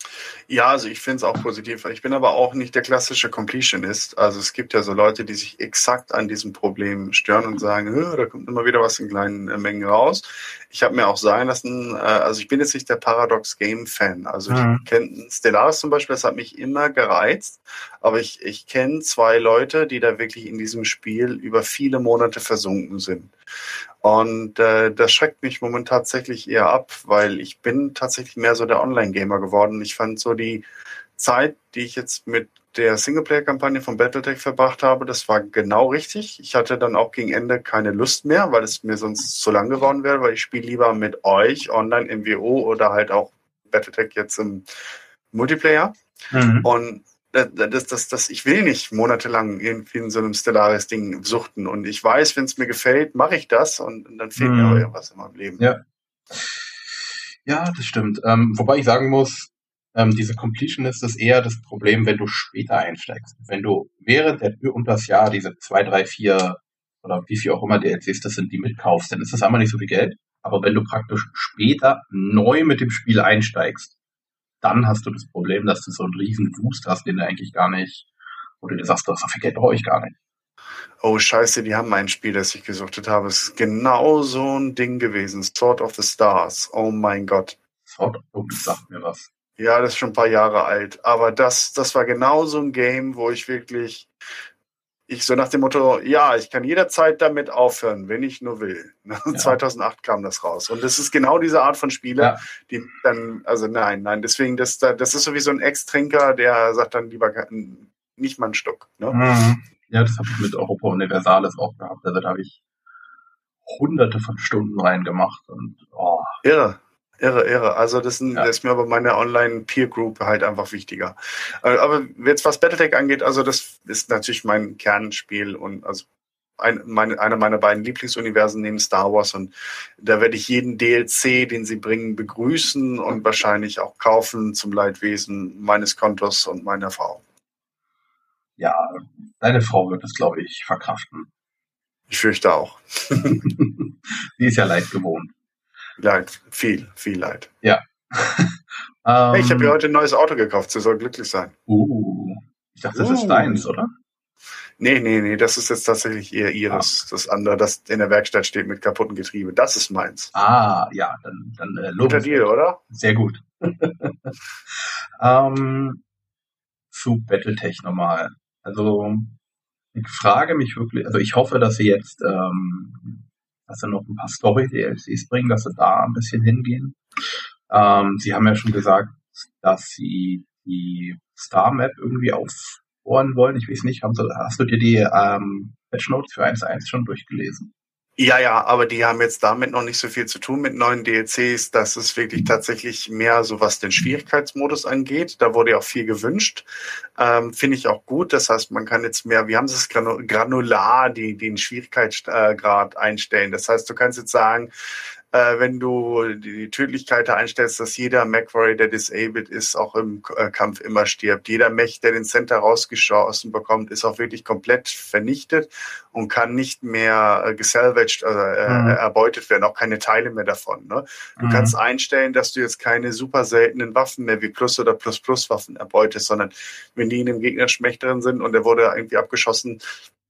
Ja, also ich finde es auch positiv. Ich bin aber auch nicht der klassische Completionist. Also es gibt ja so Leute, die sich exakt an diesem Problem stören und sagen, "Hö, da kommt immer wieder was in kleinen äh, Mengen raus." Ich habe mir auch sagen lassen, äh, also ich bin jetzt nicht der Paradox Game Fan. Also ich Mhm. kenne Stellaris zum Beispiel, das hat mich immer gereizt. Aber ich, ich kenne zwei Leute, die da wirklich in diesem Spiel über viele Monate versunken sind. Und äh, das schreckt mich momentan tatsächlich eher ab, weil ich bin tatsächlich mehr so der Online-Gamer geworden. Ich fand so die Zeit, die ich jetzt mit der Singleplayer-Kampagne von Battletech verbracht habe, das war genau richtig. Ich hatte dann auch gegen Ende keine Lust mehr, weil es mir sonst zu lang geworden wäre, weil ich spiele lieber mit euch online im W O oder halt auch Battletech jetzt im Multiplayer. Mhm. Und das, das, das, ich will nicht monatelang irgendwie in so einem Stellaris-Ding suchten. Und ich weiß, wenn es mir gefällt, mache ich das und, und dann fehlt Mhm. mir aber irgendwas in meinem Leben. Ja. Ja, das stimmt. Ähm, wobei ich sagen muss, ähm, diese Completionist ist eher das Problem, wenn du später einsteigst. Wenn du während der Tür und das Jahr diese zwei, drei, vier oder wie viel auch immer D L Cs das sind, die mitkaufst, dann ist das einmal nicht so viel Geld. Aber wenn du praktisch später neu mit dem Spiel einsteigst, dann hast du das Problem, dass du so einen riesen Wust hast, den du eigentlich gar nicht, wo du dir sagst, so viel Geld brauche ich gar nicht. Oh, scheiße, die haben ein Spiel, das ich gesuchtet habe. Es ist genau so ein Ding gewesen. Sword of the Stars. Oh mein Gott. Sword of the Stars sagt mir was. Ja, das ist schon ein paar Jahre alt. Aber das, das war genau so ein Game, wo ich wirklich, ich so nach dem Motto, ja, ich kann jederzeit damit aufhören, wenn ich nur will. Ja. zweitausendacht kam das raus. Und das ist genau diese Art von Spiele, Ja. die dann, also nein, nein, deswegen, das, das ist so wie so ein Ex-Trinker, der sagt dann lieber nicht mal einen Stuck. Ne? Mhm. Ja, das habe ich mit Europa Universalis auch gehabt. Also da habe ich hunderte von Stunden reingemacht und oh. Irre. Irre, irre. Also das, Ja. das ist mir aber meine Online-Peer-Group halt einfach wichtiger. Aber jetzt was Battletech angeht, also das ist natürlich mein Kernspiel und also ein, meine, einer meiner beiden Lieblingsuniversen neben Star Wars und da werde ich jeden D L C, den sie bringen, begrüßen und wahrscheinlich auch kaufen zum Leidwesen meines Kontos und meiner Frau. Ja, deine Frau wird es, glaube ich, verkraften. Ich fürchte auch. Die ist ja Leid gewohnt. Leid, viel, viel Leid. Ja. um, hey, ich habe ja mir heute ein neues Auto gekauft, sie soll glücklich sein. Uh, ich dachte, das uh. ist deins, oder? Nee, nee, nee, das ist jetzt tatsächlich eher ihres. Ah. Das andere, das in der Werkstatt steht mit kaputten Getriebe. Das ist meins. Ah, ja, dann, dann äh, guter Deal, oder? Sehr gut. ähm, zu Battletech nochmal. Also, ich frage mich wirklich, also ich hoffe, dass sie jetzt, ähm, dass sie noch ein paar Story-D L Cs bringen, dass sie da ein bisschen hingehen. Ähm, sie haben ja schon gesagt, dass sie die Star-Map irgendwie aufbohren wollen. Ich weiß nicht, haben sie, hast du dir die ähm, Patch Notes für eins Punkt eins schon durchgelesen? Ja, ja, aber die haben jetzt damit noch nicht so viel zu tun mit neuen D L Cs. Das ist wirklich tatsächlich mehr so, was den Schwierigkeitsmodus angeht. Da wurde ja auch viel gewünscht. Ähm, finde ich auch gut. Das heißt, man kann jetzt mehr, wie haben sie es granular, die, den Schwierigkeitsgrad einstellen. Das heißt, du kannst jetzt sagen, äh, wenn du die Tödlichkeit da einstellst, dass jeder Mech-Warrior, der disabled ist, auch im äh, Kampf immer stirbt. Jeder Mech, der den Center rausgeschossen bekommt, ist auch wirklich komplett vernichtet und kann nicht mehr äh, gesalvaged, also äh, mhm. erbeutet werden, auch keine Teile mehr davon. Ne? Du mhm. kannst einstellen, dass du jetzt keine super seltenen Waffen mehr wie Plus- oder Plus-Plus-Waffen erbeutest, sondern wenn die in dem Gegnerschmech drin sind und der wurde irgendwie abgeschossen,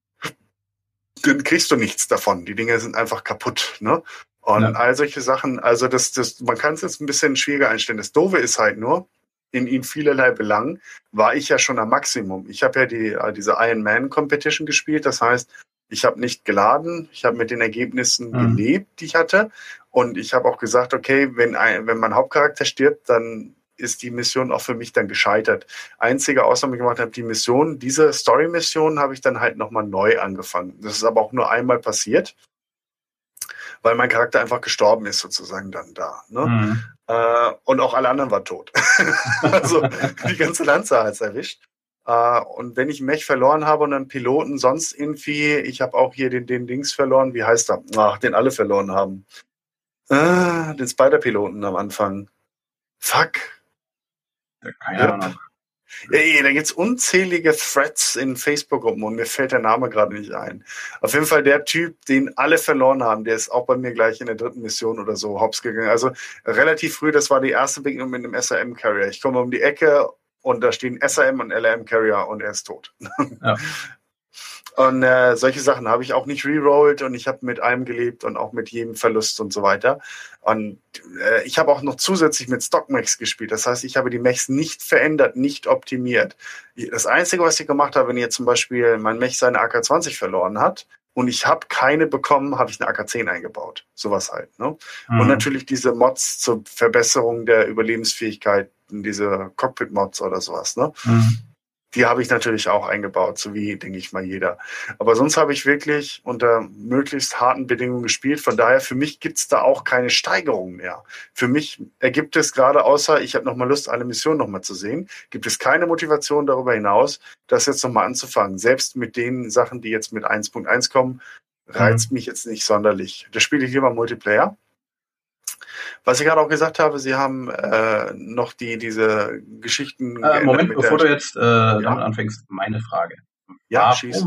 dann kriegst du nichts davon. Die Dinge sind einfach kaputt. Ne? Und ja. all solche Sachen, also das, das, man kann es jetzt ein bisschen schwieriger einstellen. Das Doofe ist halt nur, in, in vielerlei Belangen war ich ja schon am Maximum. Ich habe ja die, diese Iron Man Competition gespielt, das heißt, ich habe nicht geladen, ich habe mit den Ergebnissen mhm. gelebt, die ich hatte. Und ich habe auch gesagt, okay, wenn, ein, wenn mein Hauptcharakter stirbt, dann ist die Mission auch für mich dann gescheitert. Einzige Ausnahme gemacht habe, die Mission, diese Story-Mission habe ich dann halt nochmal neu angefangen. Das ist aber auch nur einmal passiert, weil mein Charakter einfach gestorben ist sozusagen dann da. Ne? Mhm. Äh, und auch alle anderen waren tot. Also die ganze Lanze hat es erwischt. Äh, und wenn ich Mech verloren habe und einen Piloten sonst irgendwie, ich habe auch hier den, den Dings verloren, wie heißt er? Ach, den alle verloren haben. Äh, den Spider-Piloten am Anfang. Fuck. Keine Ahnung. Ja, da gibt's unzählige Threads in Facebook-Gruppen und mir fällt der Name gerade nicht ein. Auf jeden Fall der Typ, den alle verloren haben, der ist auch bei mir gleich in der dritten Mission oder so hops gegangen. Also relativ früh, das war die erste Begegnung mit einem S R M-Carrier. Ich komme um die Ecke und da stehen S R M und L R M-Carrier und er ist tot. Ja. Und äh, solche Sachen habe ich auch nicht rerollt und ich habe mit allem gelebt und auch mit jedem Verlust und so weiter. Und äh, ich habe auch noch zusätzlich mit Stock-Mechs gespielt. Das heißt, ich habe die Mechs nicht verändert, nicht optimiert. Das Einzige, was ich gemacht habe, wenn jetzt zum Beispiel mein Mech seine A K zwanzig verloren hat und ich habe keine bekommen, habe ich eine A K zehn eingebaut. Sowas halt. Ne? Mhm. Und natürlich diese Mods zur Verbesserung der Überlebensfähigkeit, diese Cockpit-Mods oder sowas. Ne? Mhm. Die habe ich natürlich auch eingebaut, so wie, denke ich mal, jeder. Aber sonst habe ich wirklich unter möglichst harten Bedingungen gespielt. Von daher, für mich gibt's da auch keine Steigerung mehr. Für mich ergibt es gerade, außer ich habe nochmal Lust, eine Mission nochmal zu sehen, gibt es keine Motivation darüber hinaus, das jetzt nochmal anzufangen. Selbst mit den Sachen, die jetzt mit eins Punkt eins kommen, reizt mhm. mich jetzt nicht sonderlich. Da spiele ich lieber Multiplayer. Was ich gerade auch gesagt habe, Sie haben äh, noch die diese Geschichten. Äh, Moment, bevor du jetzt äh, ja? damit anfängst, meine Frage. Ja, warum? Schieß.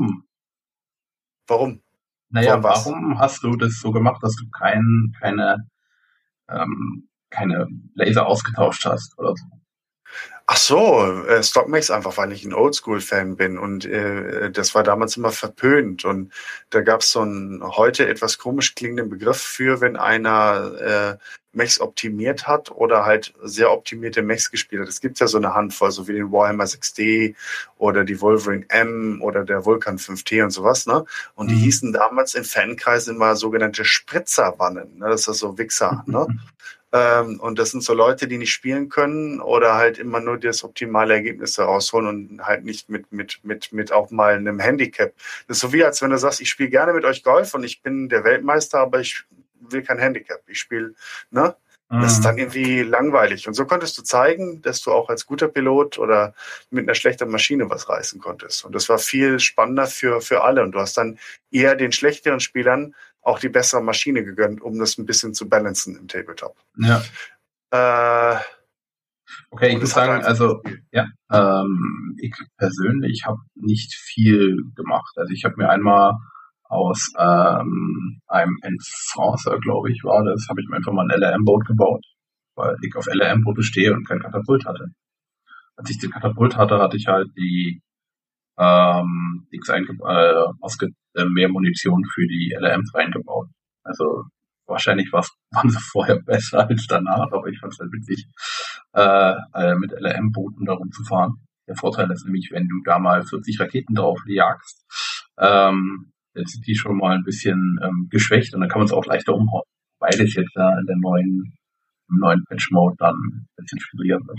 Warum? Naja, warum, warum hast du das so gemacht, dass du kein, keine, ähm, keine Laser ausgetauscht hast oder so? Ach so, äh, Stockmechs einfach, weil ich ein Oldschool-Fan bin und äh, das war damals immer verpönt und da gab es so einen heute etwas komisch klingenden Begriff für, wenn einer äh, Mechs optimiert hat oder halt sehr optimierte Mechs gespielt hat. Es gibt ja so eine Handvoll, so wie den Warhammer sechs D oder die Wolverine M oder der Vulcan fünf T und sowas, ne? Und die mhm. hießen damals in Fankreisen immer sogenannte Spritzerwannen, ne? Das ist so Wichser, ne? Ähm, und das sind so Leute, die nicht spielen können oder halt immer nur das optimale Ergebnis rausholen und halt nicht mit, mit, mit, mit auch mal einem Handicap. Das ist so wie, als wenn du sagst, ich spiele gerne mit euch Golf und ich bin der Weltmeister, aber ich will kein Handicap. Ich spiele, ne? Das ist dann irgendwie langweilig. Und so konntest du zeigen, dass du auch als guter Pilot oder mit einer schlechten Maschine was reißen konntest. Und das war viel spannender für, für alle. Und du hast dann eher den schlechteren Spielern auch die bessere Maschine gegönnt, um das ein bisschen zu balancen im Tabletop. Ja. Äh, okay, ich muss sagen, also ja, ähm, ich persönlich habe nicht viel gemacht. Also ich habe mir einmal aus ähm, einem Enforcer, glaube ich, war das, habe ich mir einfach mal ein L R M-Boot gebaut, weil ich auf L R M-Boote stehe und kein Katapult hatte. Als ich den Katapult hatte, hatte ich halt die ähm, X einge- äh, ausge- äh, mehr Munition für die L R Ms reingebaut. Also wahrscheinlich war's, waren sie vorher besser als danach, aber ich fand es halt witzig, äh, äh, mit L R M-Booten da rumzufahren. Der Vorteil ist nämlich, wenn du da mal vierzig Raketen drauf jagst, ähm, jetzt sind die schon mal ein bisschen ähm, geschwächt und dann kann man es auch leichter umhauen, weil es jetzt ja in der neuen, im neuen Patch-Mode dann ein bisschen schwieriger wird.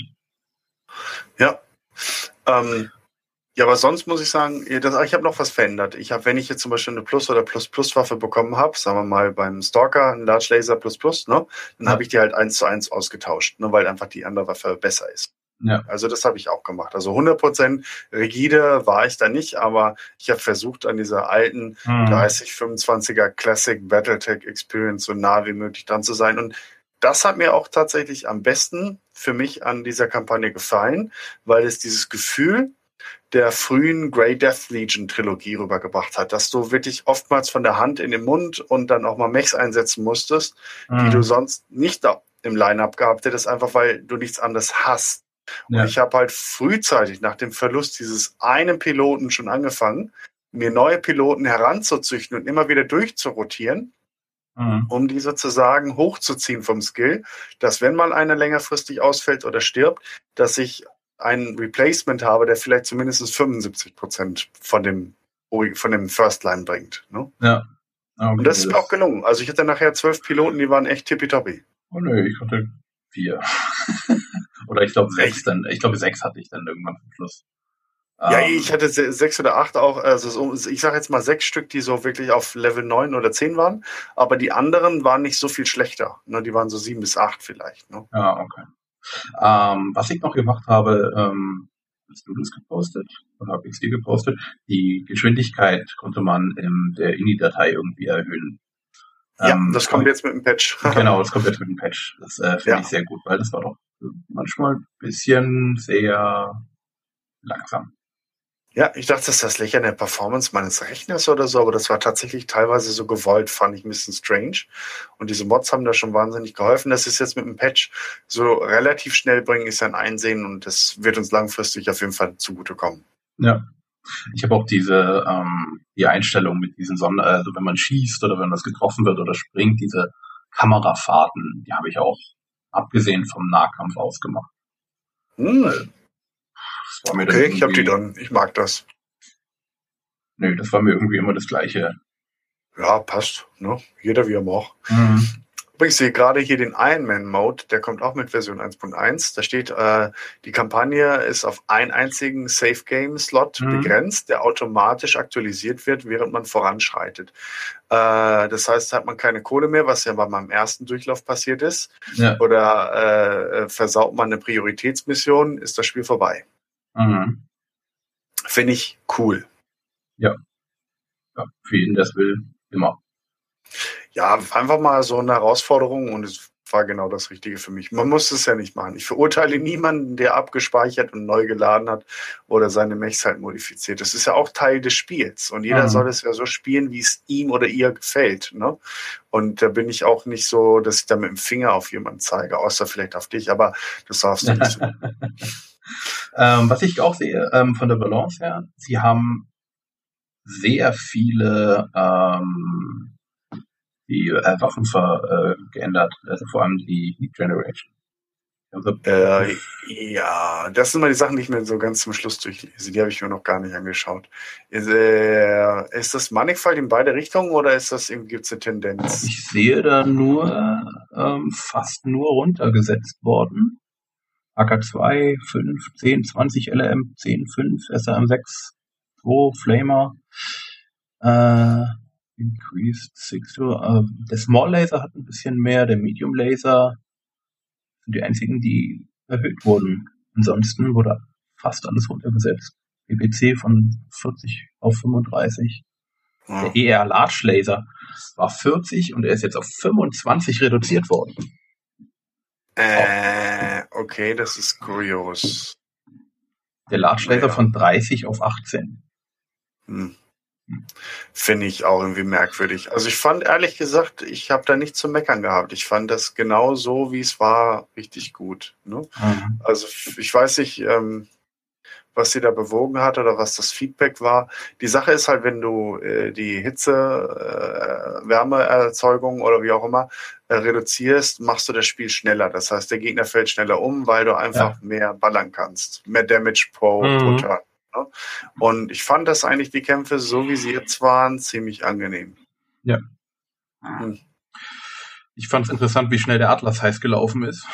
Ja. Ähm, ja, aber sonst muss ich sagen, das, ich habe noch was verändert. Ich habe, wenn ich jetzt zum Beispiel eine Plus- oder Plus-Plus-Waffe bekommen habe, sagen wir mal beim Stalker, ein Large Laser Plus Plus, ne, dann ja. habe ich die halt eins zu eins ausgetauscht, ne, weil einfach die andere Waffe besser ist. Ja. Also das habe ich auch gemacht. Also hundert Prozent rigide war ich da nicht, aber ich habe versucht, an dieser alten mhm. dreißig fünfundzwanziger Classic Battletech Experience so nah wie möglich dran zu sein. Und das hat mir auch tatsächlich am besten für mich an dieser Kampagne gefallen, weil es dieses Gefühl der frühen Grey Death Legion Trilogie rübergebracht hat, dass du wirklich oftmals von der Hand in den Mund und dann auch mal Mechs einsetzen musstest, mhm. die du sonst nicht da im Line-Up gehabt hättest, einfach weil du nichts anderes hast. Und ja. ich habe halt frühzeitig nach dem Verlust dieses einen Piloten schon angefangen, mir neue Piloten heranzuzüchten und immer wieder durchzurotieren, mhm. um die sozusagen hochzuziehen vom Skill, dass wenn mal einer längerfristig ausfällt oder stirbt, dass ich ein Replacement habe, der vielleicht zumindest fünfundsiebzig Prozent von dem, von dem First Line bringt. Ne? Ja. Okay, und das ist mir auch gelungen. Also ich hatte nachher zwölf Piloten, die waren echt tippitoppi. Oh nö, ich hatte vier. Oder ich glaube sechs dann. Ich glaube sechs hatte ich dann irgendwann zum Schluss. Ja, um, ich hatte sechs oder acht auch, also ich sage jetzt mal sechs Stück, die so wirklich auf Level neun oder zehn waren, aber die anderen waren nicht so viel schlechter. Ne? Die waren so sieben bis acht vielleicht. Ne? Ja, okay. Ähm, was ich noch gemacht habe, ähm, hast du das gepostet? Oder habe ich es dir gepostet? Die Geschwindigkeit konnte man in der I N I-Datei irgendwie erhöhen. Ja, ähm, das kommt jetzt mit dem Patch. Genau, das kommt jetzt mit dem Patch. Das äh, finde ja. ich sehr gut, weil das war doch manchmal ein bisschen sehr langsam. Ja, ich dachte, das das liegt an der Performance meines Rechners oder so, aber das war tatsächlich teilweise so gewollt, fand ich ein bisschen strange. Und diese Mods haben da schon wahnsinnig geholfen. Das ist jetzt mit dem Patch so relativ schnell bringen, ist ein Einsehen und das wird uns langfristig auf jeden Fall zugutekommen. Ja. Ich habe auch diese ähm, die Einstellung mit diesen Sonder, also wenn man schießt oder wenn das getroffen wird oder springt, diese Kamerafahrten, die habe ich auch abgesehen vom Nahkampf ausgemacht. Hm. Weil das war mir dann Okay, ich habe die irgendwie- dann. Ich mag das. Nö, das war mir irgendwie immer das Gleiche. Ja, passt. Ne? Jeder wie er mag. Mhm. Übrigens sehe gerade hier den Ironman-Mode, der kommt auch mit Version eins Punkt eins. Da steht, äh, die Kampagne ist auf einen einzigen Safe-Game-Slot Mhm. begrenzt, der automatisch aktualisiert wird, während man voranschreitet. Äh, das heißt, hat man keine Kohle mehr, was ja bei meinem ersten Durchlauf passiert ist, Ja. oder äh, versaut man eine Prioritätsmission, ist das Spiel vorbei. Mhm. Finde ich cool. Ja. Ja, für jeden, der es will, immer. Ja, einfach mal so eine Herausforderung und es war genau das Richtige für mich. Man muss es ja nicht machen. Ich verurteile niemanden, der abgespeichert und neu geladen hat oder seine Mechs halt modifiziert. Das ist ja auch Teil des Spiels und jeder Mhm. soll es ja so spielen, wie es ihm oder ihr gefällt. Ne? Und da bin ich auch nicht so, dass ich da mit dem Finger auf jemanden zeige, außer vielleicht auf dich, aber das darfst du nicht so. ähm, was ich auch sehe, ähm, von der Balance her, sie haben sehr viele ähm, die äh, Waffen ver, äh, geändert, also vor allem die Heat Generation. Also, Äh, ja, das sind mal die Sachen, die ich mir so ganz zum Schluss durchlese. Die habe ich mir noch gar nicht angeschaut. Ist, äh, ist das mannigfaltig in beide Richtungen oder ist das gibt es eine Tendenz? ich sehe da nur ähm, fast nur runtergesetzt worden. A K zwei, fünf, zehn, zwanzig L M, zehn, fünf, S R M sechs, zwei, Flamer, äh, Increased six. Äh, der Small Laser hat ein bisschen mehr, der Medium Laser sind die einzigen, die erhöht wurden. Ansonsten wurde fast alles runtergesetzt. B B C von vierzig auf fünfunddreißig. Ja. Der E R Large Laser war vierzig und er ist jetzt auf fünfundzwanzig reduziert worden. Äh, okay, das ist kurios. Der Large Laser Ja. von dreißig auf achtzehn. Hm. Finde ich auch irgendwie merkwürdig. Also ich fand ehrlich gesagt, ich habe da nichts zu meckern gehabt. Ich fand das genau so, wie es war, richtig gut. Ne? Mhm. Also ich weiß nicht, ähm, was sie da bewogen hat oder was das Feedback war. Die Sache ist halt, wenn du äh, die Hitze, äh, Wärmeerzeugung oder wie auch immer äh, reduzierst, machst du das Spiel schneller. Das heißt, der Gegner fällt schneller um, weil du einfach Ja. mehr ballern kannst. Mehr Damage pro, Mhm. pro Turn. Ne? Und ich fand das eigentlich, die Kämpfe, so wie sie jetzt waren, ziemlich angenehm. Ja. Hm. Ich fand es interessant, wie schnell der Atlas heiß gelaufen ist.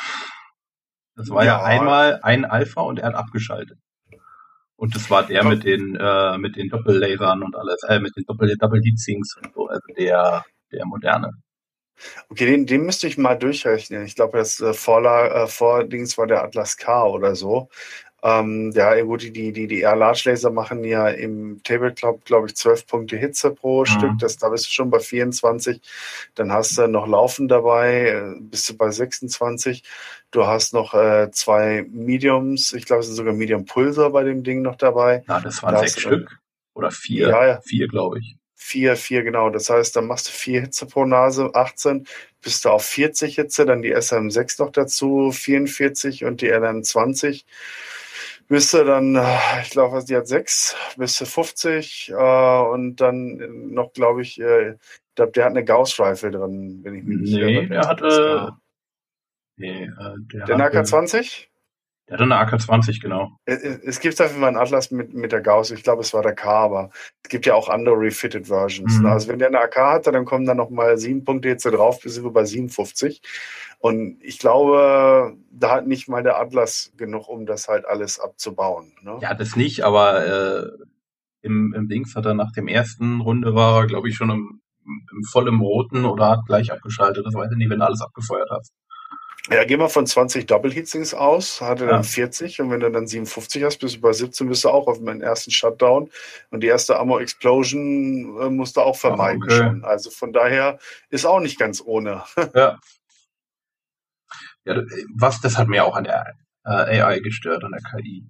Das war ja, Ja. einmal ein Alpha und er hat abgeschaltet. Und das war der Ja. mit den äh, mit den Doppellasern und alles, äh, mit den Doppel Double Heatsinks und so, also der der moderne. Okay, den, den müsste ich mal durchrechnen. Ich glaube, das äh, Vorla- äh, Vordings war der Atlas K oder so. Ähm, ja, gut, die, die, die R Large Laser machen ja im Tabletop, glaube ich, zwölf Punkte Hitze pro Mhm. Stück. Das, da bist du schon bei vierundzwanzig. Dann hast du noch Laufen dabei, äh, bist du bei sechsundzwanzig. Du hast noch äh, zwei Mediums. Ich glaube, es sind sogar Medium Pulsar bei dem Ding noch dabei. Na, das waren Da sechs hast du- Stück oder vier. Ja, ja. Vier, glaube ich. Vier, vier, genau. Das heißt, dann machst du vier Hitze pro Nase, achtzehn, bist du auf vierzig Hitze, dann die S R M sechs noch dazu, vierundvierzig und die L M zwanzig. Bist du dann, äh, ich glaube, die hat sechs, bist du fünfzig äh, und dann noch, glaube ich, äh, ich glaube, der hat eine Gauss-Rifle drin, wenn ich mich nicht Nee, irre. der hatte- Nee, äh, der, Den hatte, A K zwanzig? der hatte eine A K zwanzig, genau. Es, es gibt dafür mal einen Atlas mit, mit der Gauss. Ich glaube, es war der K, aber es gibt ja auch andere refitted Versions. Mhm. Ne? Also wenn der eine A K hatte, dann kommen da nochmal sieben Punkte jetzt drauf, bis wir bei siebenundfünfzig. Und ich glaube, da hat nicht mal der Atlas genug, um das halt alles abzubauen. Ne? Ja, das nicht, aber äh, im, im Dings hat er nach dem ersten Runde war er, glaube ich, schon im, im voll im Roten oder hat gleich abgeschaltet. Das weiß ich nicht, wenn du alles abgefeuert hast. Ja, gehen wir von zwanzig Double Heatsinks aus, hatte Ja. dann vierzig und wenn du dann siebenundfünfzig hast, bist du bei siebzehn, bist du auch auf meinen ersten Shutdown und die erste Ammo Explosion äh, musst du auch vermeiden okay. schon. Also von daher ist auch nicht ganz ohne. Ja. Ja, was, das hat mir auch an der äh, A I gestört, an der K I.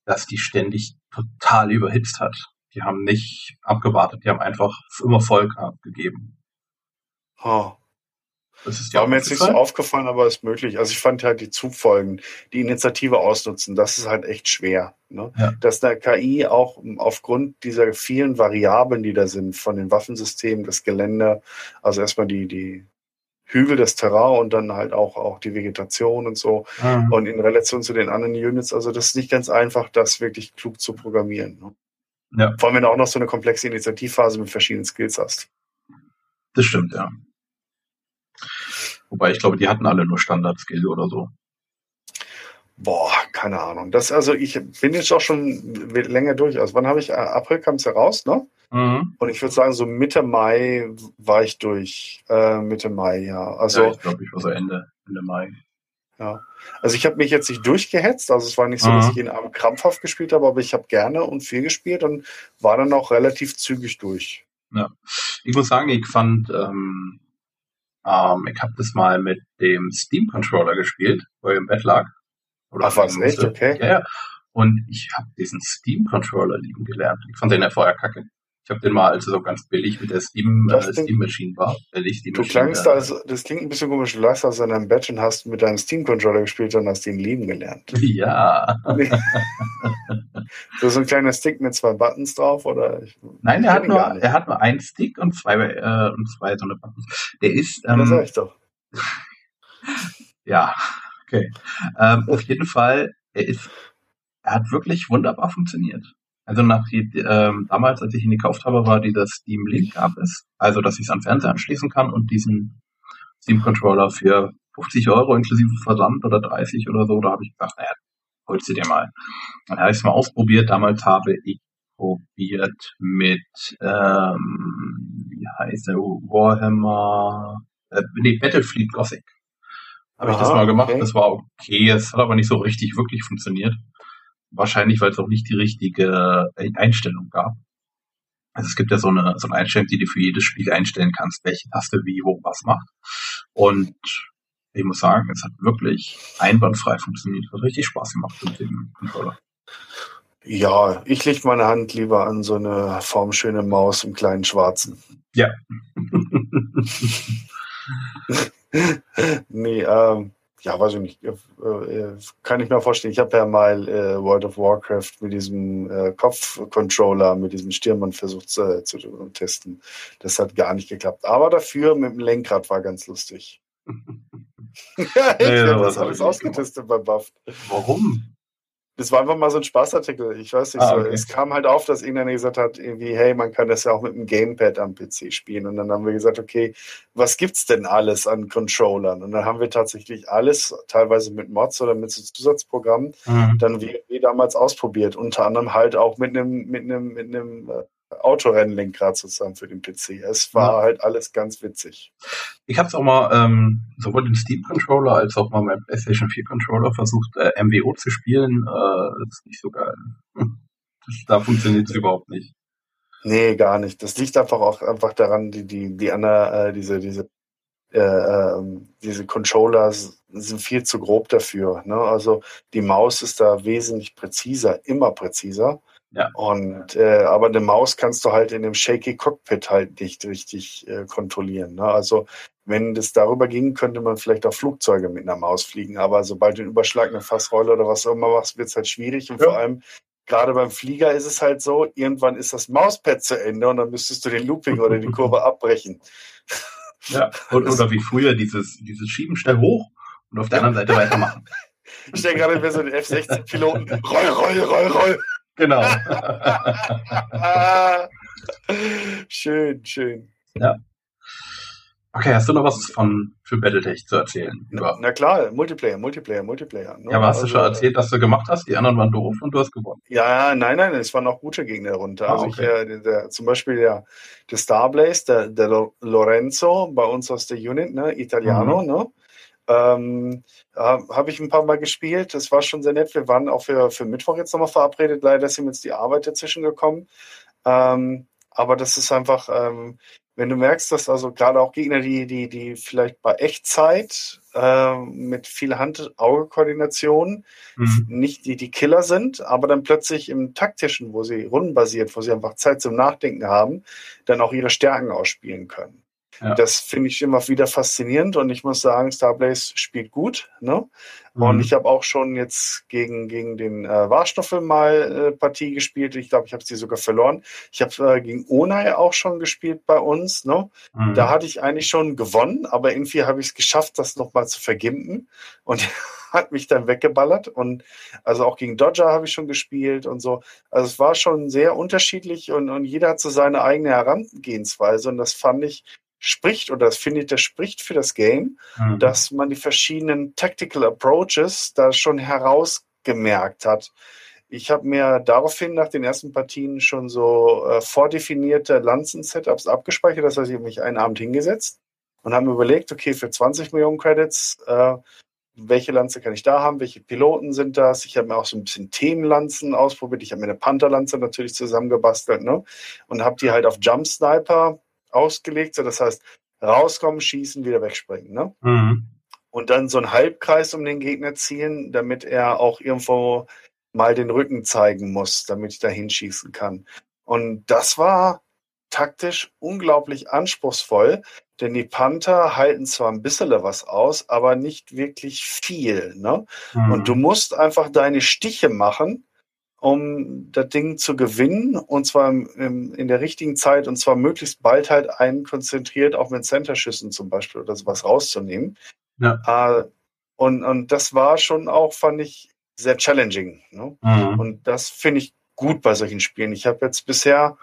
dass die ständig total überhitzt hat. Die haben nicht abgewartet, die haben einfach immer Vollgas gegeben. Oh. Das ist War mir jetzt nicht so aufgefallen? aufgefallen, aber ist möglich. Also ich fand halt die Zugfolgen, die Initiative ausnutzen, das ist halt echt schwer. Ne? Ja. Dass der K I auch aufgrund dieser vielen Variablen, die da sind, von den Waffensystemen, das Gelände, also erstmal die, die Hügel, das Terrain und dann halt auch, auch die Vegetation und so. Mhm. Und in Relation zu den anderen Units, also das ist nicht ganz einfach, das wirklich klug zu programmieren. Ne? Ja, Vor allem, wenn du auch noch so eine komplexe Initiativphase mit verschiedenen Skills hast. das stimmt, ja. Wobei ich glaube, die hatten alle nur Standard-Skill oder so. Boah, keine Ahnung. Das, also ich bin jetzt auch schon länger durch. Also wann habe ich, April kam es ja raus, ne? Mhm. Und ich würde sagen, so Mitte Mai war ich durch. Äh, Mitte Mai, ja. Also, Ja, ich glaube, ich war so Ende, Ende Mai. ja. Also ich habe mich jetzt nicht durchgehetzt. Also es war nicht so, dass Mhm. ich jeden Abend krampfhaft gespielt habe, aber ich habe gerne und viel gespielt und war dann auch relativ zügig durch. Ja. Ich muss sagen, ich fand, ähm, ähm, ich habe das mal mit dem Steam-Controller gespielt, wo ich im Bett lag. Oder Ach was, liegen echt? musste. Okay. Ja, ja. Und ich habe diesen Steam-Controller lieben gelernt. Ich fand den ja vorher kacke. Ich habe den mal, als er so ganz billig mit der Steam, Das äh, Ding- Steam Machine war. Billig Steam Du Machine. klangst äh, also, das klingt ein bisschen komisch, du lagst also in deinem Bett und hast mit deinem Steam-Controller gespielt und hast ihn lieben gelernt. Ja. So, so ein kleiner Stick mit zwei Buttons drauf, oder? Ich, Nein, ich er kenn hat ihn nur, gar nicht. er hat nur einen Stick und zwei, äh, und zwei so eine Buttons. Der ist, Ja, sag ähm, ich doch. ja, okay. Ähm, auf jeden Fall, er ist, er hat wirklich wunderbar funktioniert. Also nach die, ähm, damals, als ich ihn gekauft habe, war dieser Steam Link gab es, also dass ich es an Fernseher anschließen kann und diesen Steam Controller für fünfzig Euro inklusive Versand oder dreißig oder so, da habe ich gedacht, naja, holst du dir mal. Dann habe ich es mal ausprobiert. Damals habe ich probiert mit, ähm, wie heißt der, Warhammer, äh, nee, Battlefield Gothic. Habe ich das Aha, mal gemacht, okay. das war okay, es hat aber nicht so richtig wirklich funktioniert. Wahrscheinlich, weil es auch nicht die richtige Einstellung gab. Also es gibt ja so eine, so eine Einstellung, die du für jedes Spiel einstellen kannst, welche Taste wie, wo, was macht. Und ich muss sagen, es hat wirklich einwandfrei funktioniert. Hat richtig Spaß gemacht mit dem Controller. Ja, ich lege meine Hand lieber an so eine formschöne Maus im kleinen Schwarzen. Ja. Nee, ähm, ja, weiß ich nicht. Äh, äh, kann ich mir vorstellen. Ich habe ja mal äh, World of Warcraft mit diesem äh, Kopfcontroller, mit diesem Stirnband versucht äh, zu äh, testen. Das hat gar nicht geklappt. Aber dafür mit dem Lenkrad war ganz lustig. Ja, ich Nee, habe sowas das hab alles ich nicht ausgetestet bei Buff. Warum? Das war einfach mal so ein Spaßartikel. Ich weiß nicht, Ah, so. okay. Es kam halt auf, dass irgendeiner gesagt hat, irgendwie, hey, man kann das ja auch mit dem Gamepad am P C spielen. Und dann haben wir gesagt, okay, was gibt's denn alles an Controllern? Und dann haben wir tatsächlich alles, teilweise mit Mods oder mit so Zusatzprogrammen, Mhm. dann wie, wie damals ausprobiert. Unter anderem halt auch mit einem, mit einem, mit einem äh, Autorennlenkrad sozusagen für den P C. Es war Ja. halt alles ganz witzig. Ich habe es auch mal ähm, sowohl den Steam-Controller als auch mal meinen PlayStation vier Controller versucht, äh, M W O zu spielen. Äh, das ist nicht so geil. Das, da funktioniert es überhaupt nicht. Nee, gar nicht. Das liegt einfach auch einfach daran, die, die, die andere, äh, diese, diese, äh, ähm, diese Controller sind viel zu grob dafür. Ne? Also die Maus ist da wesentlich präziser, immer präziser. Ja. Und äh, aber eine Maus kannst du halt in dem Shaky Cockpit halt nicht richtig äh, kontrollieren. Ne? Also wenn das darüber ging, könnte man vielleicht auch Flugzeuge mit einer Maus fliegen. Aber sobald du einen Überschlag, eine Fassrolle oder was auch immer machst, wird es halt schwierig. Und Ja. vor allem gerade beim Flieger ist es halt so, irgendwann ist das Mauspad zu Ende und dann müsstest du den Looping oder die Kurve abbrechen. Ja. Oder, oder wie früher dieses, dieses Schieben schnell hoch und auf der anderen Seite weitermachen. Ich denke gerade, wir so den F sechzehn Piloten. Roll, roll, roll, roll. Genau. Ah, schön, schön. Ja. Okay, hast du noch was von für Battletech zu erzählen? Über, Na klar, Multiplayer, Multiplayer, Multiplayer. Ne? ja, aber hast du Also, schon erzählt, dass du gemacht hast? Die anderen waren doof und du hast gewonnen. Ja, nein, nein, es waren auch gute Gegner runter. Ah, Also okay. ich, äh, der, der, zum Beispiel der, der Starblaze, der, der Lo- Lorenzo bei uns aus der Unit, ne, Italiano, Mhm. ne? Ähm, äh, habe ich ein paar Mal gespielt. Das war schon sehr nett. Wir waren auch für, für Mittwoch jetzt nochmal verabredet. Leider ist ihm jetzt die Arbeit dazwischen gekommen. Ähm, aber das ist einfach, ähm, wenn du merkst, dass also gerade auch Gegner, die, die, die vielleicht bei Echtzeit äh, mit viel Hand-Auge-Koordination Mhm. nicht die, die Killer sind, aber dann plötzlich im Taktischen, wo sie rundenbasiert, wo sie einfach Zeit zum Nachdenken haben, dann auch ihre Stärken ausspielen können. Ja. Das finde ich immer wieder faszinierend und ich muss sagen, Starblaze spielt gut. Ne? Und Mhm. ich habe auch schon jetzt gegen, gegen den äh, Warstoffel mal äh, Partie gespielt. Ich glaube, ich habe sie sogar verloren. Ich habe äh, gegen Onai auch schon gespielt bei uns. Ne? Mhm. Da hatte ich eigentlich schon gewonnen, aber irgendwie habe ich es geschafft, das nochmal zu vergimpen und hat mich dann weggeballert. Und also auch gegen Dodger habe ich schon gespielt und so. Also es war schon sehr unterschiedlich und, und jeder hat so seine eigene Herangehensweise und das fand ich spricht, oder das finde ich, das spricht für das Game, Mhm. dass man die verschiedenen Tactical Approaches da schon herausgemerkt hat. Ich habe mir daraufhin nach den ersten Partien schon so äh, vordefinierte Lanzen-Setups abgespeichert. Das heißt, ich habe mich einen Abend hingesetzt und habe mir überlegt, okay, für zwanzig Millionen Credits, äh, welche Lanze kann ich da haben, welche Piloten sind das? Ich habe mir auch so ein bisschen Themenlanzen ausprobiert. Ich habe mir eine Pantherlanze natürlich zusammengebastelt, ne? Und habe die halt auf Jump Sniper ausgelegt. So, das heißt, rauskommen, schießen, wieder wegspringen, ne? Mhm. Und dann so einen Halbkreis um den Gegner ziehen, damit er auch irgendwo mal den Rücken zeigen muss, damit ich da hinschießen kann. Und das war taktisch unglaublich anspruchsvoll, denn die Panther halten zwar ein bisschen was aus, aber nicht wirklich viel. Ne? Mhm. Und du musst einfach deine Stiche machen, um das Ding zu gewinnen, und zwar im, in der richtigen Zeit, und zwar möglichst bald halt einen konzentriert, auch mit Centerschüssen zum Beispiel oder sowas rauszunehmen. Ja. Äh, und, und das war schon auch, fand ich, sehr challenging. Ne? Mhm. Und das finde ich gut bei solchen Spielen. Ich habe jetzt bisher,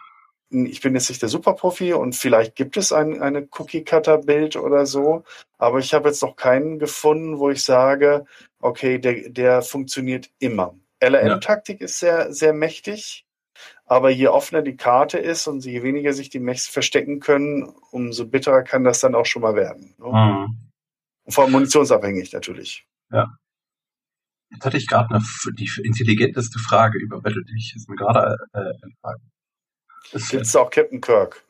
ich bin jetzt nicht der Superprofi und vielleicht gibt es ein, eine Cookie-Cutter-Bild oder so, aber ich habe jetzt noch keinen gefunden, wo ich sage, okay, der, der funktioniert immer. L R M-Taktik ist sehr, sehr mächtig, aber je offener die Karte ist und je weniger sich die Mechs verstecken können, umso bitterer kann das dann auch schon mal werden. Ne? Mhm. Und vor allem munitionsabhängig natürlich. Ja. Jetzt hatte ich gerade eine, die intelligenteste Frage über Battletech, ist mir gerade äh, entfallen. Gibt es auch Captain Kirk?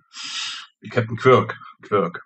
Captain Kirk. Kirk.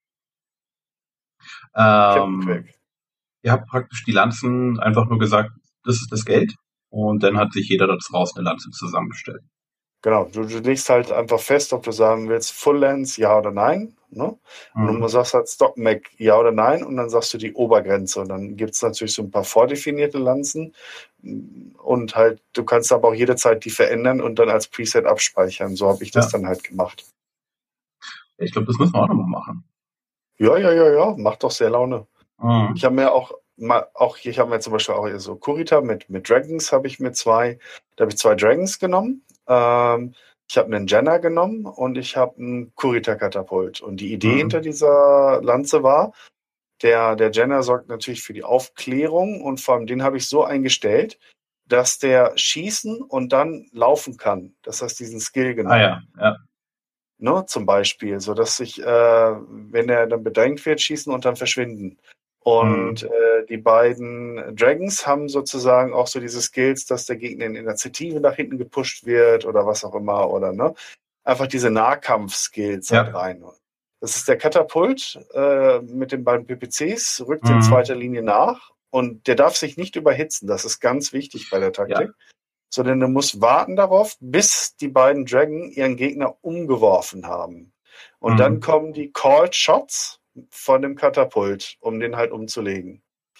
Captain Ähm, Kirk. Ihr habt praktisch die Lanzen einfach nur gesagt, das ist das Geld, und dann hat sich jeder daraus eine Lanze zusammengestellt. Genau, du, du legst halt einfach fest, ob du sagen willst, Full Lens, ja oder nein. Ne? Mhm. Und du sagst halt Stock Mac, ja oder nein, und dann sagst du die Obergrenze. Und dann gibt es natürlich so ein paar vordefinierte Lanzen. Und halt, du kannst aber auch jederzeit die verändern und dann als Preset abspeichern. So habe ich das Ja. dann halt gemacht. Ich glaube, das müssen wir auch nochmal machen. Ja, ja, ja, ja, macht doch sehr Laune. Mhm. Ich habe mir auch mal, auch ich habe mir zum Beispiel auch so Kurita mit, mit Dragons, habe ich mir zwei, da habe ich zwei Dragons genommen. Ähm, ich habe einen Jenner genommen und ich habe einen Kurita-Katapult. Und die Idee Mhm. hinter dieser Lanze war, der, der Jenner sorgt natürlich für die Aufklärung und vor allem den habe ich so eingestellt, dass der schießen und dann laufen kann. Das heißt, diesen Skill genommen. Ah ja, ja. Ne, zum Beispiel, so dass ich, äh, wenn er dann bedrängt wird, schießen und dann verschwinden. Und Mhm. äh, die beiden Dragons haben sozusagen auch so diese Skills, dass der Gegner in Initiative nach hinten gepusht wird oder was auch immer, oder ne, einfach diese Nahkampf-Skills Ja. halt rein. Das ist der Katapult äh, mit den beiden P P Cs, rückt in Mhm. zweiter Linie nach und der darf sich nicht überhitzen. Das ist ganz wichtig bei der Taktik. Ja. Sondern du musst warten darauf, bis die beiden Dragon ihren Gegner umgeworfen haben. Und Mhm. dann kommen die Called Shots von dem Katapult, um den halt umzulegen.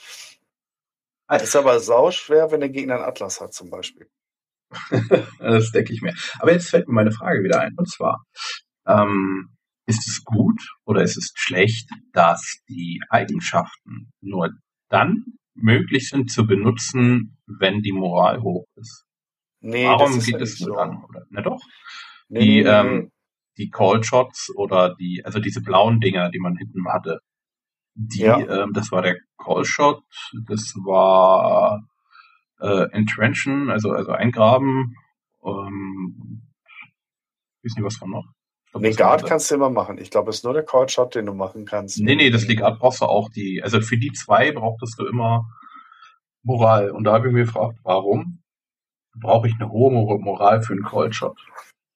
Ah, Ist aber sauschwer, wenn der Gegner einen Atlas hat zum Beispiel. Das denke ich mir. Aber jetzt fällt mir meine Frage wieder ein. Und zwar, ähm, ist es gut oder ist es schlecht, dass die Eigenschaften nur dann möglich sind zu benutzen, wenn die Moral hoch ist? Nee, Warum das ist geht ja es nicht nur so. dann? Oder? Na doch. Nee, Die, nee, nee, ähm, nee. die Call Shots oder die, also diese blauen Dinger, die man hinten hatte, die, Ja. ähm, das war der Call Shot, das war äh, Entrenchen, also also eingraben, ähm, ich weiß nicht, was war noch. Ich glaub, Nee, das war Guard das. kannst du immer machen. Ich glaube, es ist nur der Called Shot, den du machen kannst. Nee, wenn nee, du das den- Legat brauchst du auch die, also für die zwei brauchtest du immer Moral. Und da habe ich mir gefragt, warum brauche ich eine hohe Mor- Moral für einen Call Shot?